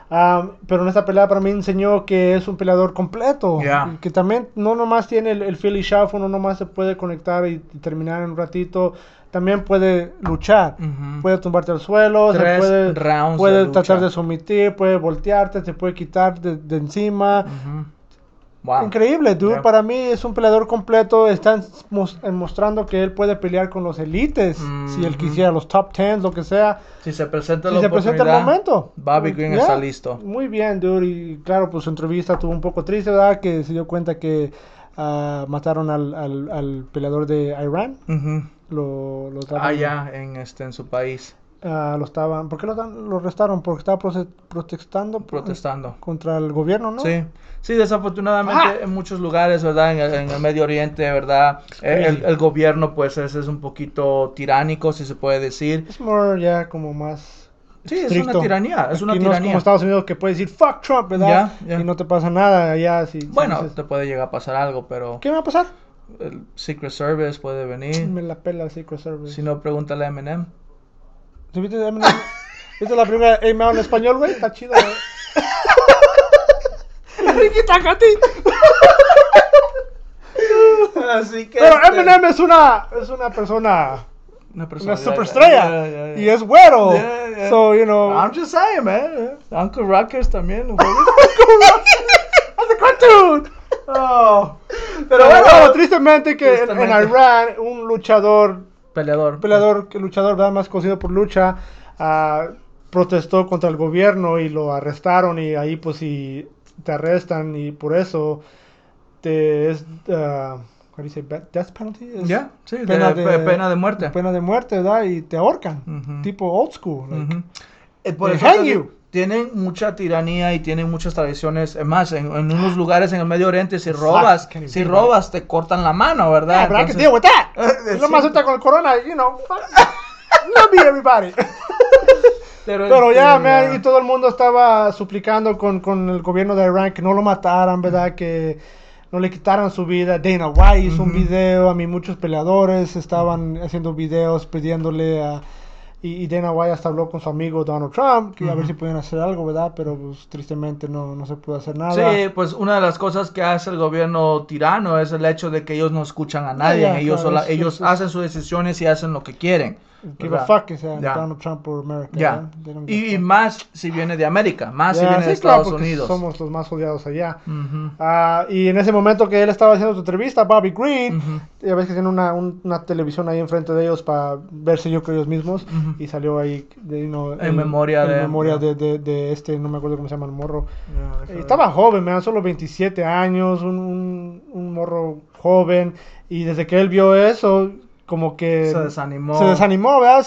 Pero en esta pelea para mí enseñó que es un peleador completo. Yeah. Y que también no nomás tiene el Philly Shuffle, no nomás se puede conectar y terminar en un ratito. También puede luchar. Puede tumbarte al suelo. 3 puede rounds puede de tratar lucha. de someter, puede voltearte, te puede quitar de encima. Wow. Increíble, dude. Yeah. Para mí es un peleador completo. Están mostrando que él puede pelear con los elites. Si él quisiera, los top 10, lo que sea. Si se presenta Si la se presenta el oportunidad, momento. Bobby Green Yeah. está listo. Muy bien, dude. Y claro, pues su entrevista estuvo un poco triste, ¿verdad? Que se dio cuenta que mataron al peleador de Irán. Lo estaban, Allá en su país. lo estaban. ¿Por qué lo arrestaron? Porque estaba protestando. Protestando. Contra el gobierno, ¿no? Sí, desafortunadamente en muchos lugares, ¿verdad? En el Medio Oriente, ¿verdad? El gobierno, pues, es un poquito tiránico, si se puede decir. Es more, ya como más Sí, estricto. es una tiranía, es una Aquí no es tiranía. como Estados Unidos que puedes decir fuck Trump, ¿verdad? Ya. Y no te pasa nada allá. Si Bueno, dices, te puede llegar a pasar algo, pero ¿qué me va a pasar? el Secret Service puede venir. Me la pela el Secret Service. Si no, pregúntale a Eminem. ¿Sí viste Eminem? ¿Viste la primera email en español, güey? Está chido, güey. Riquita, Katy. Así que... Pero Eminem es una persona, una superestrella. Yeah. Y es güero. Yeah. So, you know. I'm just saying, man. Uncle Ruckus también. ¡Hace cartoon! Oh. Pero bueno, tristemente que en Irán un Peleador, ¿verdad? Más conocido por lucha, protestó contra el gobierno y lo arrestaron. Y ahí pues si te arrestan y por eso te es how do you say, death penalty? Ya, sí, pena de muerte. Pena de muerte, ¿verdad? Y te ahorcan, tipo old school. Like, por eso hang you. Tienen mucha tiranía y tienen muchas tradiciones. Es más, en unos lugares en el Medio Oriente, si robas, te cortan la mano, ¿verdad? But I can deal with that. Y nomás está con el corona, you know. Not be everybody. Pero ya, man, y todo el mundo estaba suplicando con el gobierno de Irán que no lo mataran, ¿verdad? Que no le quitaran su vida. Dana White hizo un video, muchos peleadores estaban haciendo videos pidiéndole a... Y Dana White hasta habló con su amigo Donald Trump, que a ver si pueden hacer algo, ¿verdad? Pero pues, tristemente no se pudo hacer nada. Sí, pues una de las cosas que hace el gobierno tirano es el hecho de que ellos no escuchan a nadie. Ellos hacen sus decisiones y hacen lo que quieren. Give a fuck que sea Donald Trump or America. Y más si viene de América, si viene de Estados Unidos. Somos los más odiados allá. Y en ese momento que él estaba haciendo su entrevista, Bobby Green, ya ves que tienen una televisión ahí enfrente de ellos para verse yo con ellos mismos, y salió ahí en memoria de este, no me acuerdo cómo se llama el morro. Estaba joven, man, solo 27 años, un morro joven, y desde que él vio eso, como que se desanimó, ¿verdad?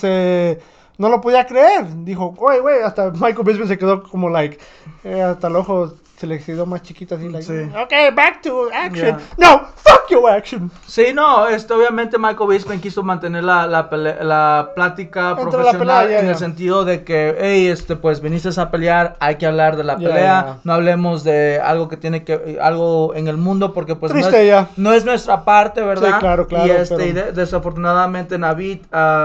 No lo podía creer. Dijo, güey, hasta Michael Bisping se quedó como hasta el ojo se le quedó más chiquito así, okay, back to action. No, fuck your action. Sí, no, obviamente Michael Bisping quiso mantener la plática profesional en el sentido de que, hey, pues viniste a pelear, hay que hablar de la pelea, no hablemos de algo que tiene que, algo en el mundo, porque pues no es nuestra parte, ¿verdad? Sí, claro, y desafortunadamente Navid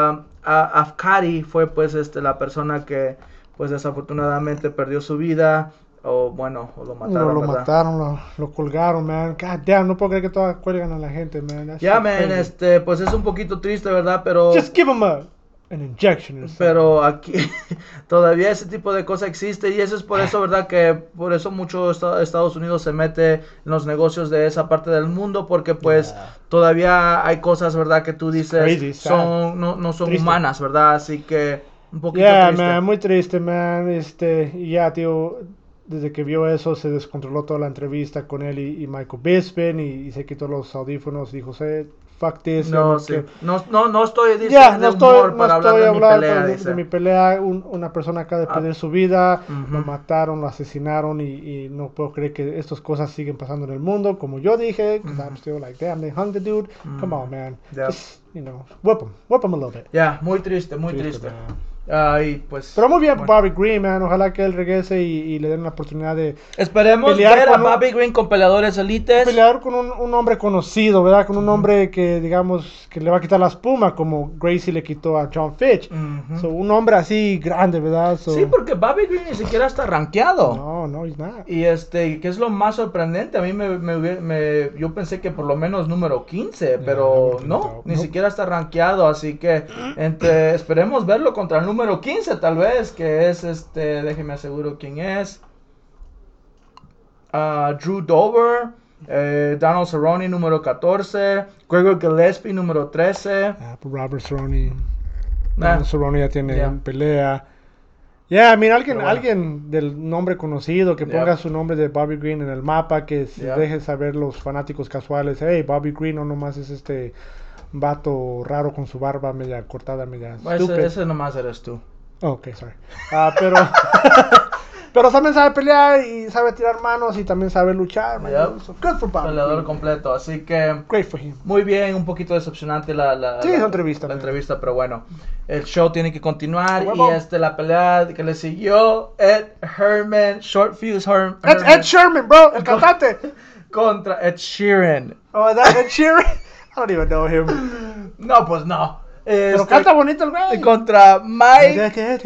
Afkari fue pues la persona que pues desafortunadamente perdió su vida. O lo mataron, lo mataron, lo colgaron, man. God damn, no puedo creer que todas cuelgan a la gente, man. Pues es un poquito triste, ¿verdad? Pero... Just give him an injection. Pero aquí todavía ese tipo de cosa existe, y eso es por eso, ¿verdad? Que por eso mucho Estados Unidos se mete en los negocios de esa parte del mundo, porque pues todavía hay cosas, ¿verdad? Que tú dices no son triste. Humanas, ¿verdad? Así que un poquito triste. Man, muy triste, man. Y ya, tío... Desde que vio eso, se descontroló toda la entrevista con él y Michael Bisping, y se quitó los audífonos y dijo, fuck this. No estoy diciendo para hablar de mi pelea. Una persona acaba de perder su vida, lo mataron, lo asesinaron, y no puedo creer que estas cosas siguen pasando en el mundo. Como yo dije, because I'm still like, damn, they hung the dude. Come on, man. Just, whip him a little bit. Muy triste. Y pues, Pero muy bien, bueno. Bobby Green, man. Ojalá que él regrese y le den la oportunidad de Esperemos pelear ver a con un- Bobby Green con peleadores elites. pelear con un hombre conocido, ¿verdad? Con un hombre que, digamos, que le va a quitar la espuma, como Gracie le quitó a John Fitch. Ujú. So, un hombre así grande, ¿verdad? So, Sí, porque Bobby Green ni siquiera está rankeado. No, he's not. Y que es lo más sorprendente, a mí yo pensé que por lo menos número 15, pero no, no, ni no. siquiera está rankeado, así que esperemos verlo contra el número 15 tal vez, que es déjeme aseguro quién es. Drew Dober, Donald Cerrone número 14, Gregor Gillespie número 13. Pues Robert Cerrone. Nah, Cerrone ya tiene yeah. pelea. Ya, mira, Pero bueno. alguien del nombre conocido que ponga Yep. su nombre de Bobby Green en el mapa, que Yep. deje saber los fanáticos casuales, hey, Bobby Green no nomás es este vato raro con su barba media cortada, media estúpida. Ese nomás eres tú. Ok, sorry. Pero pero también sabe pelear y sabe tirar manos y también sabe luchar, man. Yep. So, good for Bobby Peleador Green. completo, así que Great for him. muy bien, un poquito decepcionante la entrevista, man. entrevista, pero bueno, el show tiene que continuar Huevo. y la pelea que le siguió Ed Herman, Short Fuse Herman Ed Sherman, bro, el cantante. contra Ed Sheeran. Oh, that Ed Sheeran. I don't even know him. No, pues no. Pero canta bonito el güey. Contra Mike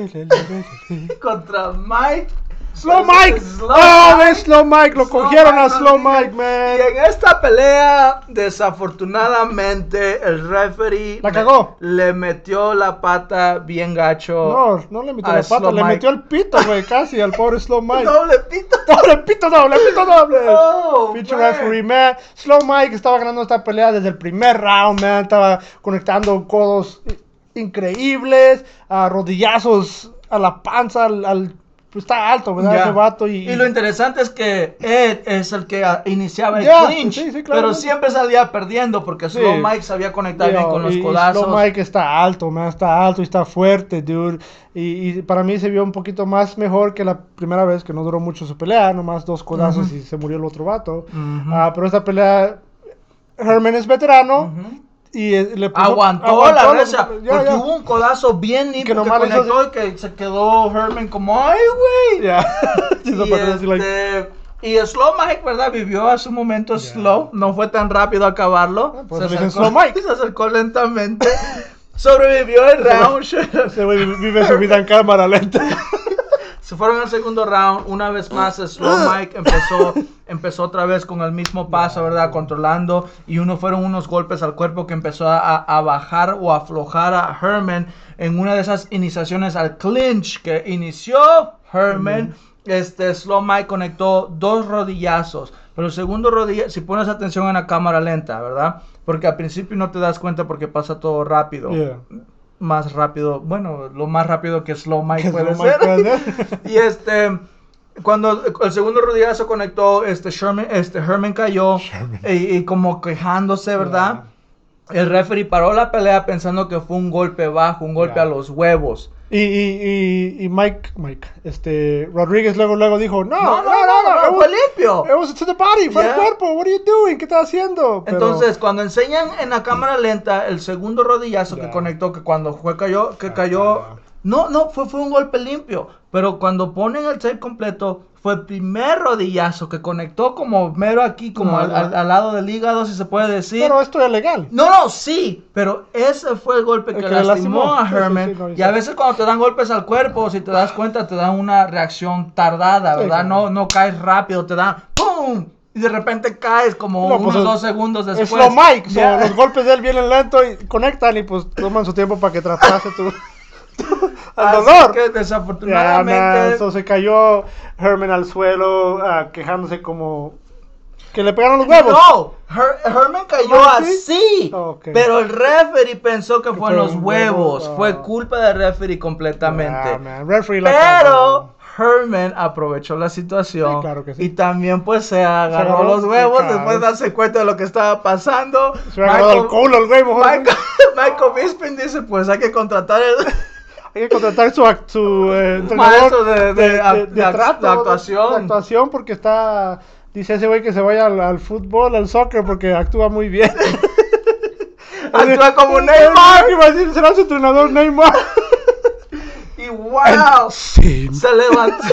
Slow Mike. Slow Oh, Mike. de Slow Mike. Lo Slow cogieron a Mike, Slow no, Mike, man. Y en esta pelea, desafortunadamente, el referee La cagó. le metió la pata bien gacho. No le metió a la pata, Slow le Mike. metió el pito, güey, casi al pobre Slow Mike. Doble pito. Doble pito, doble. Oh, Pinche man. referee, man. Slow Mike estaba ganando esta pelea desde el primer round, man. Estaba conectando codos increíbles, rodillazos a la panza, pues está alto, ¿verdad? Ya. Ese vato Y lo interesante es que Ed es el que iniciaba el Ya, clinch, sí, pero claramente. siempre salía perdiendo porque Sí. Slow Mike sabía conectar bien con los y codazos. Slow Mike está alto, man, está alto y está fuerte, dude. Y para mí se vio un poquito más mejor que la primera vez, que no duró mucho su pelea, nomás 2 codazos Ujú. y se murió el otro vato. Ujú. Pero esta pelea, Herman es veterano. Ujú. Y le puso- Aguantó la recia, ya, porque ya. hubo un codazo bien limpio que nomás le hizo conectó y que se quedó Herman como, ¡ay, güey! Ya. Sí, Y, hizo para atrás y like- y Slow Mike, ¿verdad? Vivió a su momento slow, no fue tan rápido a acabarlo. por eso le dicen Slow Mike. Se acercó lentamente, sobrevivió el round. Ese güey vive su vida en cámara lenta. Se fueron al segundo round, una vez más Slow Mike empezó otra vez con el mismo paso, ¿verdad? Controlando, y fueron unos golpes al cuerpo que empezó a bajar o aflojar a Herman en una de esas iniciaciones al clinch que inició Herman. Slow Mike conectó 2 rodillazos, pero el segundo rodillazo, si pones atención en la cámara lenta, ¿verdad? Porque al principio no te das cuenta porque pasa todo rápido. Yeah. Más rápido, bueno, lo más rápido que Slow Mike Que puede Slow Mike ser. puede Y cuando el segundo rodillazo conectó, Herman cayó y como quejándose, ¿verdad? El referee paró la pelea pensando que fue un golpe bajo, un golpe a los huevos. Y Mike, Rodríguez luego dijo, no, Fue limpio. It was to the body, fue Yeah. el cuerpo, what are you doing? ¿Qué estás haciendo? Pero- Entonces, cuando enseñan en la cámara lenta el segundo rodillazo que Ya. conectó, que cuando cayó, no, fue un golpe limpio. Pero cuando ponen el tape completo, fue el primer rodillazo que conectó como mero aquí, como No, al lado del hígado, si se puede decir. Pero esto es legal. No, sí, pero ese fue el golpe que El que le lastimó a lastimó. Sí, Herman. sí, sí, no, Y a veces cuando te dan golpes al cuerpo, si te das cuenta, te dan una reacción tardada, Sí, ¿verdad? claro. No caes rápido, te dan ¡pum! Y de repente caes como No, pues, unos 2 segundos Es después. Slow Mike, so, Ya. los golpes de él vienen lento y conectan y pues toman su tiempo para que traspase al Así dolor. que Ya, desafortunadamente. man, so se cayó Herman al suelo quejándose como que le pegaron los huevos. No, Herman cayó ¿No, sí? así, Ok. pero el referee pensó que fue en fue los un huevos. huevo, Fue culpa del referee completamente. Ah, man, referee la Pero cagó. Herman aprovechó la situación Sí, claro que sí. y también pues se agarró agarró, los huevos sí, después de claro. darse cuenta de lo que estaba pasando. Se había agarrado el culo el güey, mejor. Michael Bisping dice pues hay que contratar el Hay que contratar su entrenador maestro de trato, actuación. de actuación porque dice ese güey que se vaya al fútbol, al soccer porque actúa muy bien. Actúa como Neymar. Iba a decir, será su entrenador Neymar. ¡Wow! Sí. Se levantó.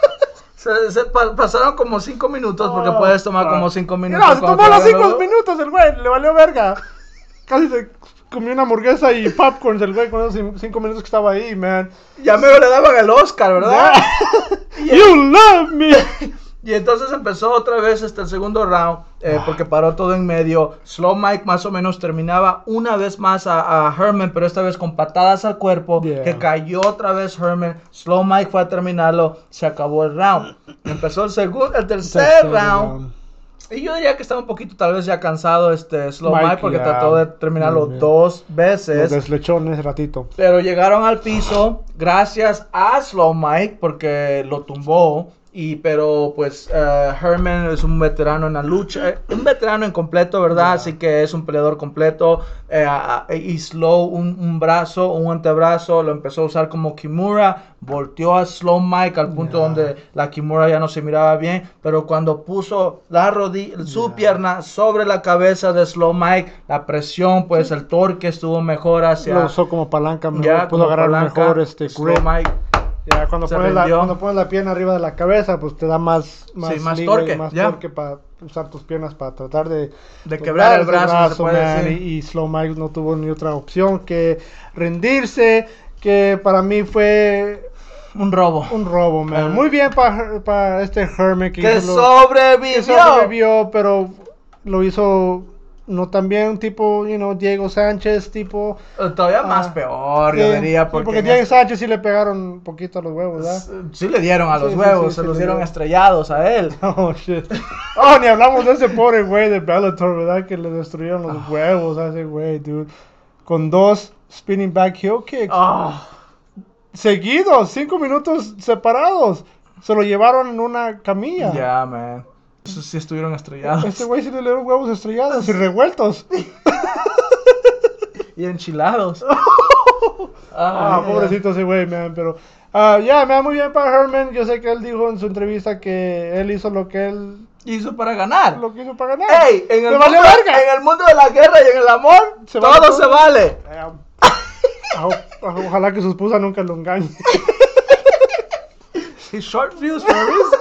Pasaron como 5 minutos porque puedes tomar como 5 minutos. No, se tomó los 5 minutos el güey, le valió verga. Casi se comió una hamburguesa y popcorn el güey con esos 5 minutos que estaba ahí, man. Ya me le daban el Oscar, ¿verdad? You love me. Y entonces empezó otra vez el segundo round, porque paró todo en medio. Slow Mike más o menos terminaba una vez más a Herman, pero esta vez con patadas al cuerpo, que cayó otra vez Herman. Slow Mike fue a terminarlo, se acabó el round. Empezó el tercer round. Y yo diría que estaba un poquito tal vez ya cansado Slow Mike porque trató de terminarlo 2 veces. Los deslechó en ese ratito. Pero llegaron al piso gracias a Slow Mike porque lo tumbó. Pero pues Herman es un veterano en la lucha, un veterano en completo, ¿verdad? Así que es un peleador completo. Y Slow, un brazo, un antebrazo, lo empezó a usar como Kimura, volteó a Slow Mike al punto donde la Kimura ya no se miraba bien, pero cuando puso su pierna sobre la cabeza de Slow Mike, la presión, pues el torque estuvo mejor hacia... Lo usó como palanca, pudo agarrar mejor Slow Mike. Ya, cuando pones la pierna arriba de la cabeza, pues te da más torque para usar tus piernas para tratar de quebrar el brazo man, y Slow Mike no tuvo ni otra opción que rendirse, que para mí fue un robo, man. Muy bien para Herman que sobrevivió, pero lo hizo no tan bien, tipo, Diego Sánchez, tipo... Todavía más peor, yo diría. Porque Diego Sánchez sí le pegaron un poquito a los huevos, ¿verdad? Sí le dieron a los huevos, se los dieron estrellados a él. Oh, shit. Ni hablamos de ese pobre güey de Bellator, ¿verdad? Que le destruyeron los huevos a ese güey, dude. Con 2 spinning back heel kicks. Seguidos, 5 minutos separados. Se lo llevaron en una camilla. Yeah, man. Esos sí estuvieron estrellados. Este güey sí le dieron huevos estrellados y revueltos. Y enchilados. Pobrecito ese güey, man. Pero, me da muy bien para Herman. Yo sé que él dijo en su entrevista que él hizo lo que él hizo para ganar. Lo que hizo para ganar. ¡Ey! En el mundo de la guerra y en el amor, todo se vale. Ojalá que su esposa nunca lo engañe. He's short fuse for a reason.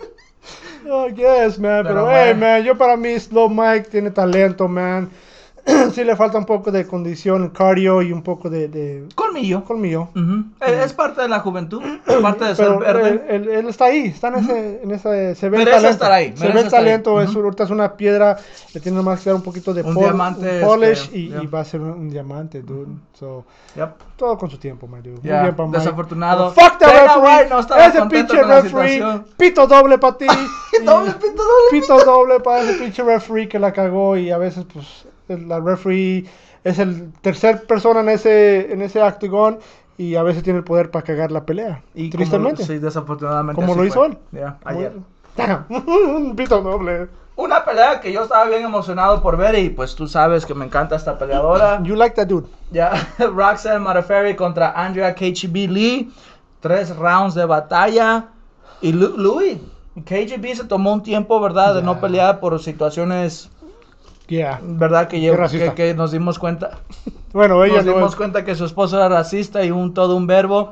Yes, man. Pero hey, man, para mí Slow Mike tiene talento, man. Sí le falta un poco de condición, cardio y un poco de... Colmillo. Es parte de la juventud, parte de pero ser verde. Él está ahí, está en ese... Se ve merece el talento. Estar ahí. Se ve el talento, ahorita es una piedra, le tiene más que dar un poquito de diamante, polish y va a ser un diamante, dude. So, todo con su tiempo, my dude. Muy bien para Mike. Desafortunado. Fuck the referee. No estaba ese pinche referee. Pito doble para ti. Pito doble para ese pinche referee que la cagó y a veces pues... La referee es el tercer persona en ese octagon y a veces tiene el poder para cagar la pelea. Y tristemente. Sí, desafortunadamente. Como lo hizo él. Ayer. Un pito doble. Una pelea que yo estaba bien emocionado por ver y pues tú sabes que me encanta esta peleadora. You like that dude. Roxanne Modafferi contra Andrea KGB Lee. 3 rounds de batalla. Y Louis, KGB se tomó un tiempo, ¿verdad? De no pelear por situaciones... ¿Verdad? Que nos dimos cuenta. Bueno, ella nos dimos cuenta que su esposo era racista y todo un verbo.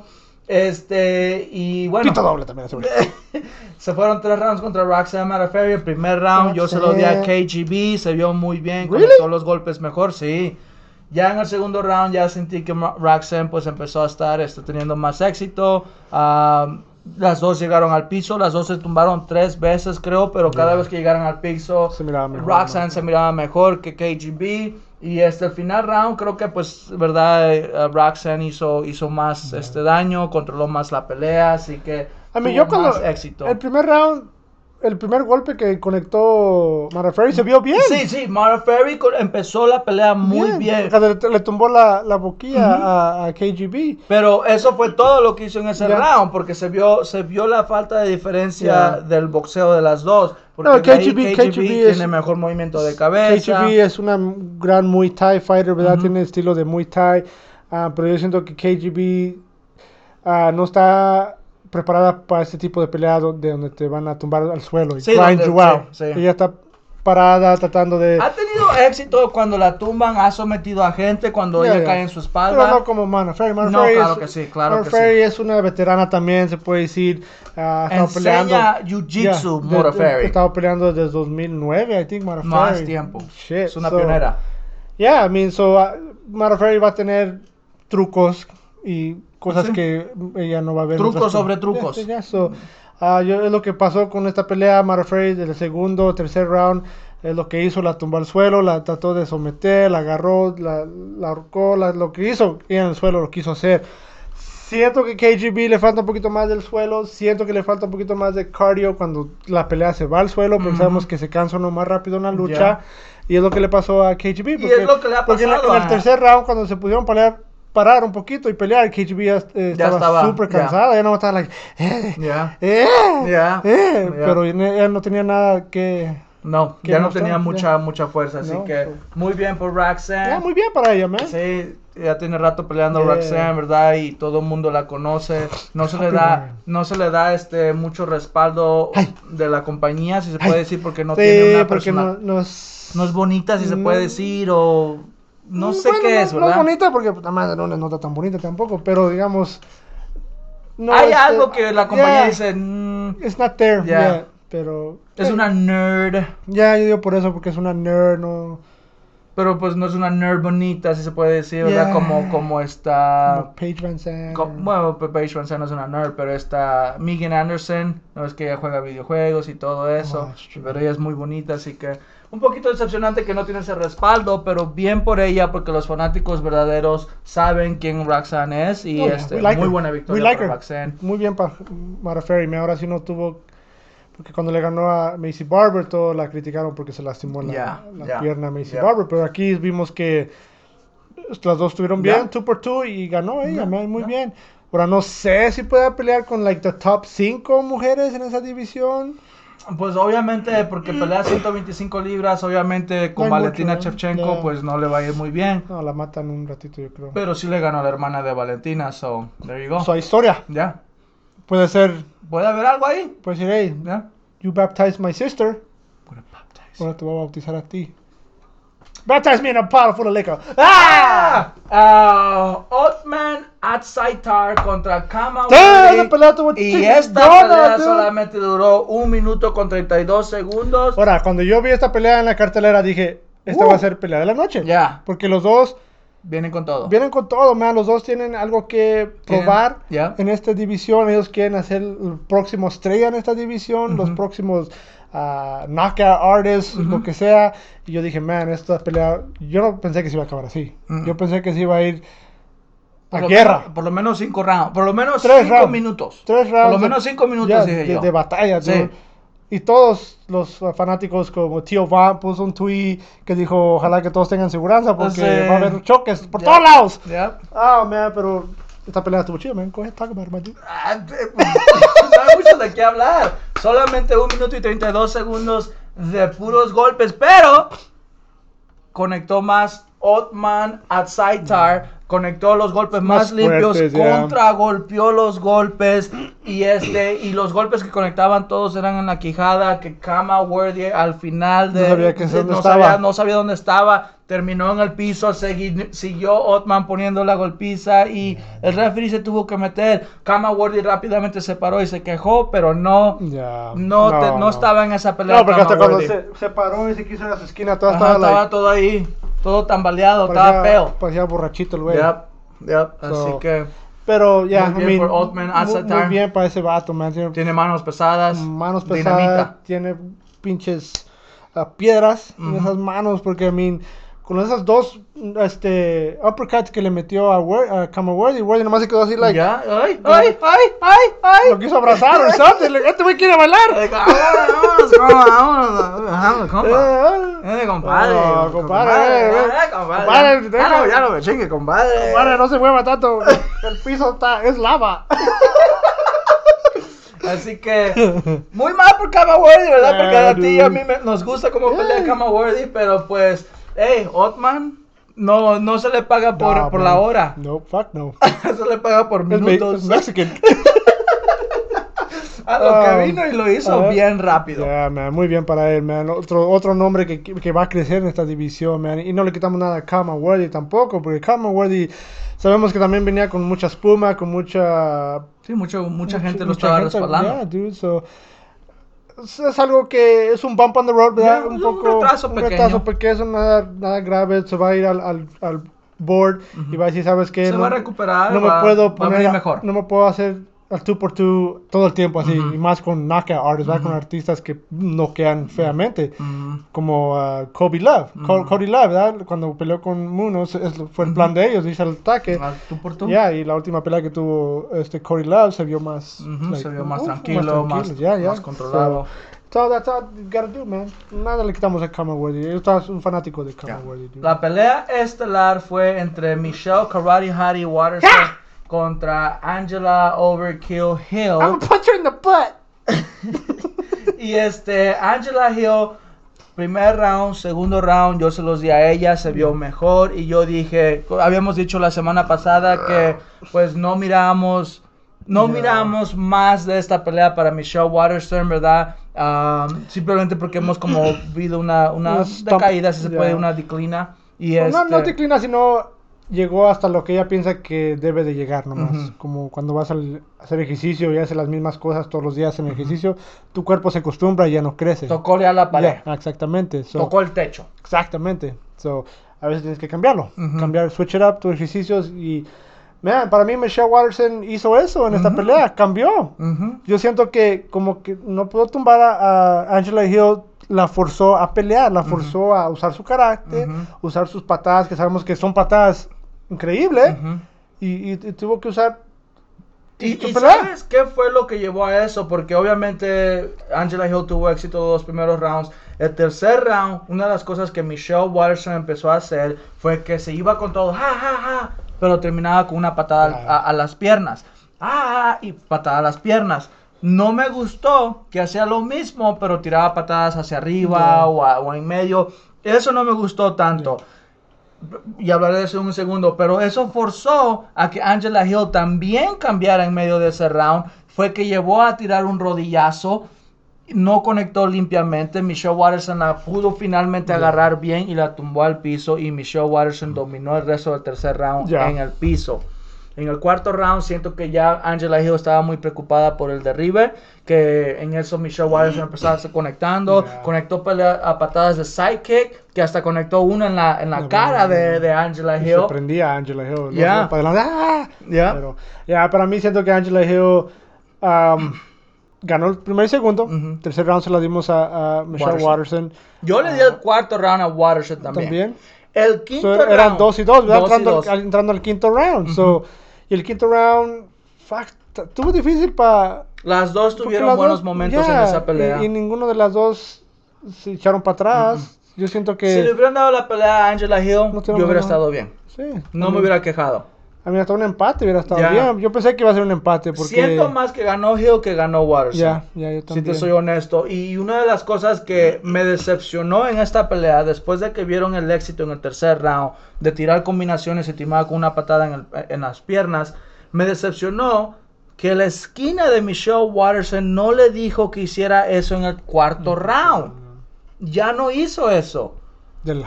Y bueno. Pito doble también. Se fueron 3 rounds contra Roxanne Modafferi. El primer round yo se lo di a KGB. Se vio muy bien. Conectó los golpes mejor, sí. Ya en el segundo round ya sentí que Roxanne pues empezó a estar teniendo más éxito. Las dos llegaron al piso, las dos se tumbaron 3 veces creo, pero cada vez que llegaron al piso, Roxanne se miraba mejor que KGB. Y el final round creo que pues, verdad, Roxanne hizo más daño, controló más la pelea, así que tuvo más éxito. El primer round, el primer golpe que conectó Modafferi se vio bien. Sí, Modafferi empezó la pelea muy bien. Le tumbó la boquilla a KGB. Pero eso fue todo lo que hizo en ese round, porque se vio la falta de diferencia del boxeo de las dos. Porque KGB tiene mejor movimiento de cabeza. KGB es una gran Muay Thai fighter, ¿verdad? Tiene estilo de Muay Thai. Pero yo siento que KGB no está preparada para este tipo de pelea donde te van a tumbar al suelo y grind you out. Ella está parada, tratando de... Ha tenido éxito cuando la tumban, ha sometido a gente cuando ella cae en su espalda. Pero no como Mana Ferry. No, claro que sí, claro que sí. Mana Ferry es una veterana también, se puede decir. Enseña Jiu-Jitsu, Mana Ferry. Estaba peleando desde 2009, I think, Mana Ferry. Más tiempo. Shit. Es una pionera. Yeah, I mean, Mana Ferry va a tener trucos y cosas que ella no va a ver. Trucos sobre trucos. Es lo que pasó con esta pelea. Mana Ferry del segundo, tercer round, es lo que hizo, la tumbó al suelo, la trató de someter, la agarró, la ahorcó, lo que hizo ella en el suelo lo quiso hacer. Siento que KGB le falta un poquito más del suelo, siento que le falta un poquito más de cardio cuando la pelea se va al suelo, porque sabemos que se cansa uno más rápido en la lucha, y es lo que le pasó a KGB. Porque, y es lo que le ha pasado en el tercer round, cuando se pudieron parar un poquito y pelear, KGB estaba súper cansada, ya no estaba pero ella no tenía nada que... No, ya no tenía mucha fuerza, así que muy bien por Roxanne. Muy bien para ella, man. Sí, ya tiene rato peleando Roxanne, ¿verdad? Y todo el mundo la conoce. No se le da mucho respaldo de la compañía, si se puede decir, porque no tiene una persona. No es bonita, si se puede decir, o no sé qué es, ¿verdad? No es bonita porque la madre no está tan bonita tampoco, pero digamos... hay algo que la compañía dice... it's not there, pero... Es una nerd. Ya, yo digo por eso, porque es una nerd, no... Pero pues no es una nerd bonita, si se puede decir, ¿verdad? Como esta... Paige VanZant. Bueno, Paige VanZant no es una nerd, pero esta Megan Anderson, no es que ella juega videojuegos y todo eso, pero ella es muy bonita, así que... Un poquito decepcionante que no tiene ese respaldo, pero bien por ella, porque los fanáticos verdaderos saben quién Roxanne es, y muy buena victoria para Roxanne. Muy bien para Mana Ferry, ahora sí no tuvo... Porque cuando le ganó a Macy Barber, todos la criticaron porque se lastimó la pierna a Macy Barber. Pero aquí vimos que las dos estuvieron bien, 2-2, y ganó ella, muy bien. Ahora no sé si puede pelear con the top 5 mujeres en esa división. Pues obviamente, porque pelea 125 libras, obviamente con Valentina Shevchenko, pues no le va a ir muy bien. No, la matan un ratito, yo creo. Pero sí le ganó a la hermana de Valentina, so there you go. So, historia. Ya. Puede ser... ¿Puede haber algo ahí? Puede decir, hey, you baptized my sister. Ahora te voy a bautizar a ti. Baptize me in a pot full of liquor. Othman Atsaitar contra Kama y esta pelea solamente duró 1 minuto con 32 segundos. Ahora, cuando yo vi esta pelea en la cartelera dije, esta va a ser pelea de la noche. Porque los dos vienen con todo, man. Los dos tienen algo que probar en esta división. Ellos quieren hacer el próximo estrella en esta división, los próximos knockout artists, lo que sea. Y yo dije, man, esta pelea, yo no pensé que se iba a acabar así. Yo pensé que se iba a ir a guerra. Por lo menos 5 rounds, por lo menos 5 minutos. 3 rounds. Por lo menos 5 minutos, dije yo. De batalla, Y todos los fanáticos, como Tío Van puso un tweet que dijo, ojalá que todos tengan seguridad porque va a haber choques por todos lados. Man, pero esta pelea estuvo chida, man. Go ahead, talk about it, man. No hay mucho de qué hablar. Solamente 1 minuto y 32 segundos de puros golpes, pero conectó más Othman Atsaitar, conectó los golpes más limpios, contragolpeó los golpes, y los golpes que conectaban todos eran en la quijada, que Kama Worthy al final no sabía dónde estaba, terminó en el piso, siguió Othman poniendo la golpiza, y el referee se tuvo que meter. Kama Worthy rápidamente se paró y se quejó, pero no estaba en esa pelea. No, porque hasta cuando se paró y se quiso ir a su esquina, estaba todo ahí, todo tambaleado, estaba feo. Parecía borrachito el güey. Así que... Pero muy bien por Othman Atsaitar. Muy bien para ese vato, man. Tiene manos pesadas. Dinamita. Tiene pinches piedras en esas manos, porque, con esas dos uppercuts que le metió a Kama Worthy nomás se quedó así, ¡Ay! Lo quiso abrazar o something. Este güey quiere bailar. Vámonos, compadre. Ya no me chingue, compadre. Compadre, no se mueva tanto. El piso es lava. Así que, muy mal por Kama Worthy, ¿verdad? Porque a ti y a mí nos gusta cómo pelea Kama Worthy, pero pues... Othman no se le paga por la hora. No, fuck no. Se le paga por minutos. Es Mexican. A lo que vino y lo hizo bien rápido. Yeah, man, muy bien para él, man. Otro nombre que va a crecer en esta división, man. Y no le quitamos nada a Cameron Worthy tampoco, porque Cameron Worthy sabemos que también venía con mucha espuma, con mucha... Sí, mucha gente lo estaba respaldando. Yeah, dude, so... Es algo que es un bump on the road, ¿verdad? Yeah, un retraso pequeño, nada grave. Se va a ir al board y va a decir, ¿sabes qué? Se va a recuperar, no me puedo poner, va a venir mejor. No me puedo hacer al 2x2 todo el tiempo así, y más con knockout artists, ¿verdad? Con artistas que noquean feamente, como Cody Love, ¿verdad? Cuando peleó con Munoz, fue el plan de ellos, irse al ataque. Tú por tú. Yeah, y la última pelea que tuvo Cody Love se vio más, se vio más tranquilo, más controlado. So that's all you gotta do, man. Nada le quitamos a Cameron Worthy. Yo estaba un fanático de Cameron Worthy. Dude. La pelea estelar fue entre Michelle Karate Hottie Waterson contra Angela Overkill Hill. I'm gonna punch her in the butt. Y Angela Hill, primer round, segundo round, yo se los di a ella, se vio mejor. Y yo dije, habíamos dicho la semana pasada que pues no miramos más de esta pelea para Michelle Waterson, ¿verdad? Simplemente porque hemos como visto una decaída, si se puede, una declina. Y no declina, sino llegó hasta lo que ella piensa que debe de llegar nomás. Como cuando vas a hacer ejercicio y haces las mismas cosas todos los días en ejercicio, tu cuerpo se acostumbra y ya no crece. Tocó ya la pared. Yeah, exactamente. Tocó el techo. Exactamente. So, a veces tienes que cambiarlo. Switch it up tus ejercicios y... Man, para mí Michelle Waterson hizo eso en esta pelea, cambió. Yo siento que como que no pudo tumbar a Angela Hill, la forzó a pelear, la forzó a usar su carácter, usar sus patadas, que sabemos que son patadas increíbles, y tuvo que usar... ¿Y sabes qué fue lo que llevó a eso? Porque obviamente Angela Hill tuvo éxito en los primeros rounds. El tercer round, una de las cosas que Michelle Waterson empezó a hacer fue que se iba con todo, pero terminaba con una patada a las piernas. Y patada a las piernas. No me gustó que hacía lo mismo, pero tiraba patadas hacia arriba o en medio. Eso no me gustó tanto. Y hablaré de eso en un segundo. Pero eso forzó a que Angela Hill también cambiara en medio de ese round. Fue que llevó a tirar un rodillazo. No conectó limpiamente. Michelle Waterson la pudo finalmente agarrar bien y la tumbó al piso. Y Michelle Waterson dominó el resto del tercer round en el piso. En el cuarto round siento que ya Angela Hill estaba muy preocupada por el derribe. Que en eso Michelle Waterson empezó a estar conectando. Conectó a patadas de sidekick. Que hasta conectó una en la cara de Angela Hill. Sorprendía a Angela Hill. Pero para mí siento que Angela Hill... ganó el primer y segundo. Tercer round se la dimos a Michelle Waterson. Yo le di el cuarto round a Waterson también. El quinto round. Eran 2 y 2, entrando al quinto round. Y el quinto round, estuvo difícil para... Las dos tuvieron buenos momentos en esa pelea. Y ninguno de las dos se echaron para atrás. Yo siento que... Si le hubieran dado la pelea a Angela Hill, yo hubiera estado bien. Sí. No me hubiera quejado. A mí hasta un empate hubiera estado bien. Yo pensé que iba a ser un empate porque... Siento más que ganó Hill que ganó Waterson. Yo también. Si te soy honesto. Y una de las cosas que me decepcionó en esta pelea, después de que vieron el éxito en el tercer round, de tirar combinaciones y timar con una patada en las piernas, me decepcionó que la esquina de Michelle Waterson no le dijo que hiciera eso en el cuarto round. Ya no hizo eso. Del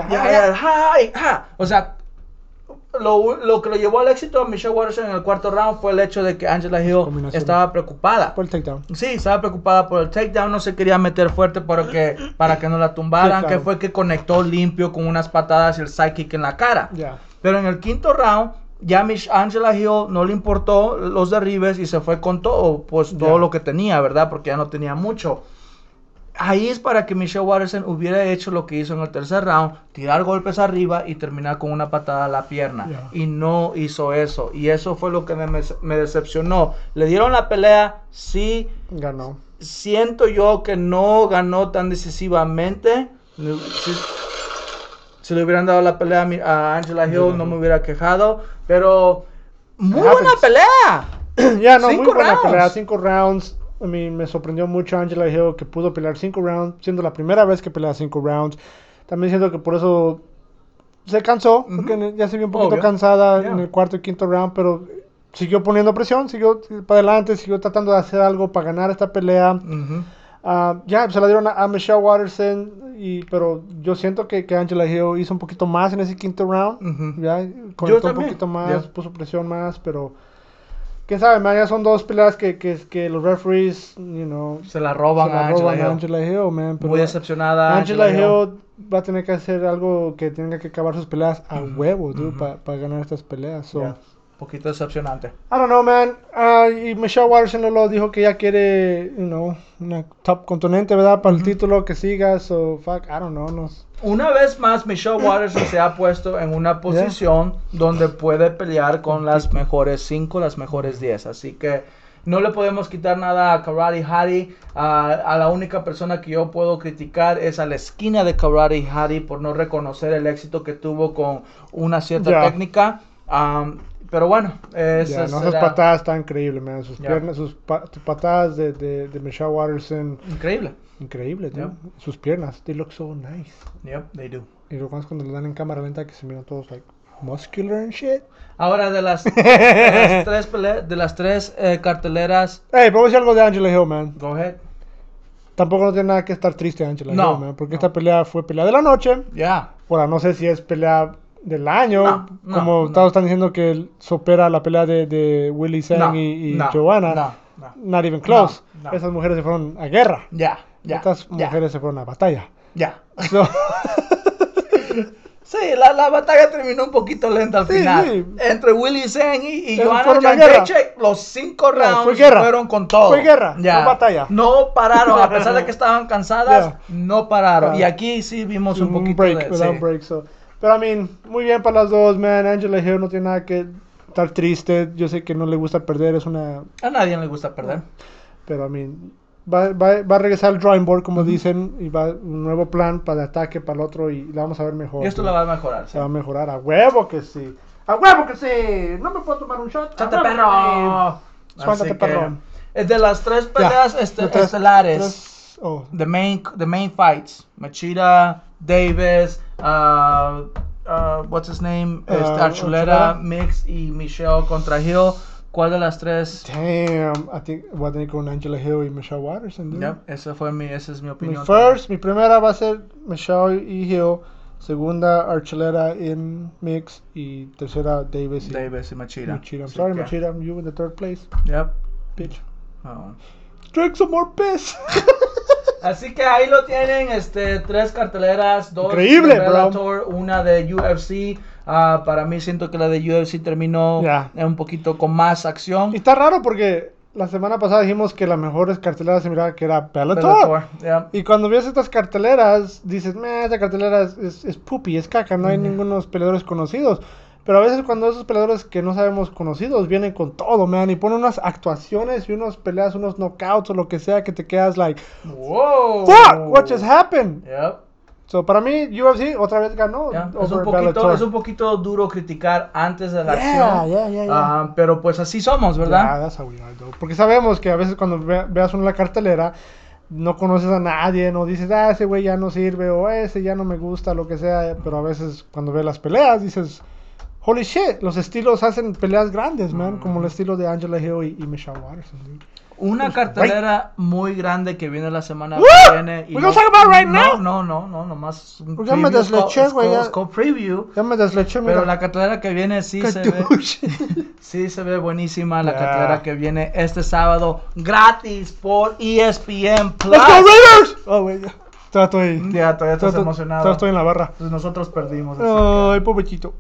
O sea... Lo que lo llevó al éxito a Michelle Waterson en el cuarto round fue el hecho de que Angela Hill estaba preocupada. Por el takedown. Sí, estaba preocupada por el takedown. No se quería meter fuerte para que no la tumbaran. Sí, claro. Que fue que conectó limpio con unas patadas y el sidekick en la cara. Pero en el quinto round, ya Angela Hill no le importó los derribes y se fue con todo, todo lo que tenía, ¿verdad? Porque ya no tenía mucho. Ahí es para que Michelle Waterson hubiera hecho lo que hizo en el tercer round, tirar golpes arriba y terminar con una patada a la pierna. Y no hizo eso. Y eso fue lo que me decepcionó. Le dieron la pelea, sí. Ganó. Siento yo que no ganó tan decisivamente. Si le hubieran dado la pelea a Angela Hill, no me hubiera quejado. Pero muy buena pelea. Muy buena pelea. 5 rounds. A mí me sorprendió mucho Angela Hill que pudo pelear 5 rounds, siendo la primera vez que pelea 5 rounds. También siento que por eso se cansó, porque ya se vio un poquito cansada en el cuarto y quinto round, pero siguió poniendo presión, siguió para adelante, siguió tratando de hacer algo para ganar esta pelea. Ya se la dieron a Michelle Waterson, pero yo siento que Angela Hill hizo un poquito más en ese quinto round. Ya conectó un poquito más, puso presión más, pero quién sabe, man, ya son 2 peleas que los referees, se la roban a Angela Hill, man. Muy decepcionada. Angela Hill va a tener que hacer algo que tenga que acabar sus peleas a huevo, dude, para ganar estas peleas. So. Un poquito decepcionante. I don't know, man. Y Michelle Waterson lo dijo que ya quiere, una top contendiente, ¿verdad? Para el título que siga. So, fuck, I don't know. No. Una vez más, Michelle Waterson se ha puesto en una posición donde puede pelear con las mejores 5, las mejores 10. Así que no le podemos quitar nada a Karate Hottie. A la única persona que yo puedo criticar es a la esquina de Karate Hottie por no reconocer el éxito que tuvo con una cierta técnica. Pero bueno, esas patadas están increíbles, man. Sus piernas, sus patadas de Michelle Waterson. Increíble, dude. Sus piernas, they look so nice. Yep, they do. Y lo más cuando le dan en cámara lenta que se miran todos like muscular and shit. Ahora de las tres carteleras. Hey, pero voy a decir algo de Angela Hill, man. Go ahead. Tampoco no tiene nada que estar triste Angela Hill, man, porque esta pelea fue pelea de la noche. Ahora no sé si es pelea del año, todos están diciendo que supera la pelea de Willie Zhang y Joanna. Not even close. Esas mujeres se fueron a guerra. Estas mujeres se fueron a batalla. So. Sí, la batalla terminó un poquito lenta al final. Sí. Entre Willie Zhang y Joanna Jędrzejczyk, los 5 rounds fueron con todo. Fue guerra, fue batalla. No pararon, a pesar de que estaban cansadas, no pararon. Y aquí sí vimos un poquito de break. So. Pero, muy bien para las dos, man. Angela Hill no tiene nada que estar triste. Yo sé que no le gusta perder, A nadie le gusta perder. Pero, va a regresar al drawing board, como dicen, y va un nuevo plan para el ataque, para el otro, y la vamos a ver mejor. Y esto la va a mejorar, Se va a mejorar, a huevo que sí. ¡A huevo que sí! No me puedo tomar un shot. ¡Chate, perro! Suéltate, perrón. De las 3 peleas estelares, the main fights, Machida, Davis, what's his name, Archuleta, Mix y Michelle contra Hill. ¿Cuál de las 3? Damn, I think voy a tener con Angela Hill y Michelle Waterson, dude. Yep, esa es mi opinión. Mi primera va a ser Michelle y Hill, segunda Archuleta in Mix y tercera Davis y Machida. I'm sorry, Machida, you in the 3rd place. Yep. Bitch. Drink some more piss. Así que ahí lo tienen, 3 carteleras, 2 increíble, de Bellator, una de UFC. Para mí siento que la de UFC terminó un poquito con más acción. Y está raro porque la semana pasada dijimos que las mejores carteleras se miraba que era Bellator. Y cuando ves estas carteleras, dices, esta cartelera es poopy, es caca, no hay ningunos peleadores conocidos. Pero a veces cuando esos peleadores que no sabemos conocidos vienen con todo, man, y ponen unas actuaciones y unas peleas, unos knockouts o lo que sea que te quedas like, wow, fuck, what just happened? Yep. So, para mí, UFC otra vez ganó. Es un poquito duro criticar antes de la acción. Pero pues así somos, ¿verdad? That's how we are, though. Porque sabemos que a veces cuando veas una cartelera, no conoces a nadie, no dices, ese güey ya no sirve, o ese ya no me gusta, lo que sea. Pero a veces cuando ves las peleas, dices, holy shit, los estilos hacen peleas grandes, man. Como el estilo de Angela Hill y Michelle Waterson, dude. Una cartelera muy grande que viene la semana que viene. ¿We gonna talk about right now? No, nomás un preview. Ya me desleché, güey. Preview. Ya me desleché, mira. Pero la cartelera que viene sí se ve buenísima. La cartelera que viene este sábado gratis por ESPN Plus. ¡Let's go Raiders! Oh, güey, ya. Todavía estás emocionado. Todavía estoy en la barra. Pues nosotros perdimos. Ay, pobrecito.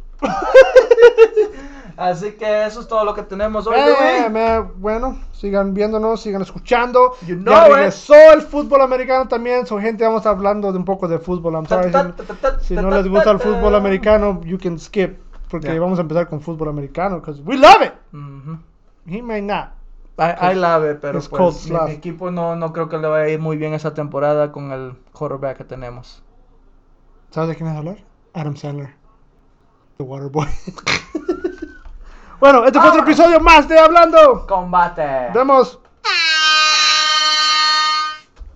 Así que eso es todo lo que tenemos hoy. Bueno, sigan viéndonos, sigan escuchando. Ya regresó el fútbol americano también. So, gente, vamos hablando de un poco de fútbol. I'm sorry. Si no les gusta el fútbol americano, you can skip. Porque vamos a empezar con fútbol americano. Because we love it. He may not. I love it, pero pues mi equipo no creo que le vaya a ir muy bien esa temporada con el quarterback que tenemos. ¿Sabes de quién es hablar? Adam Sandler. The Waterboy. Bueno, este fue otro episodio más de Hablando Combate. Vemos.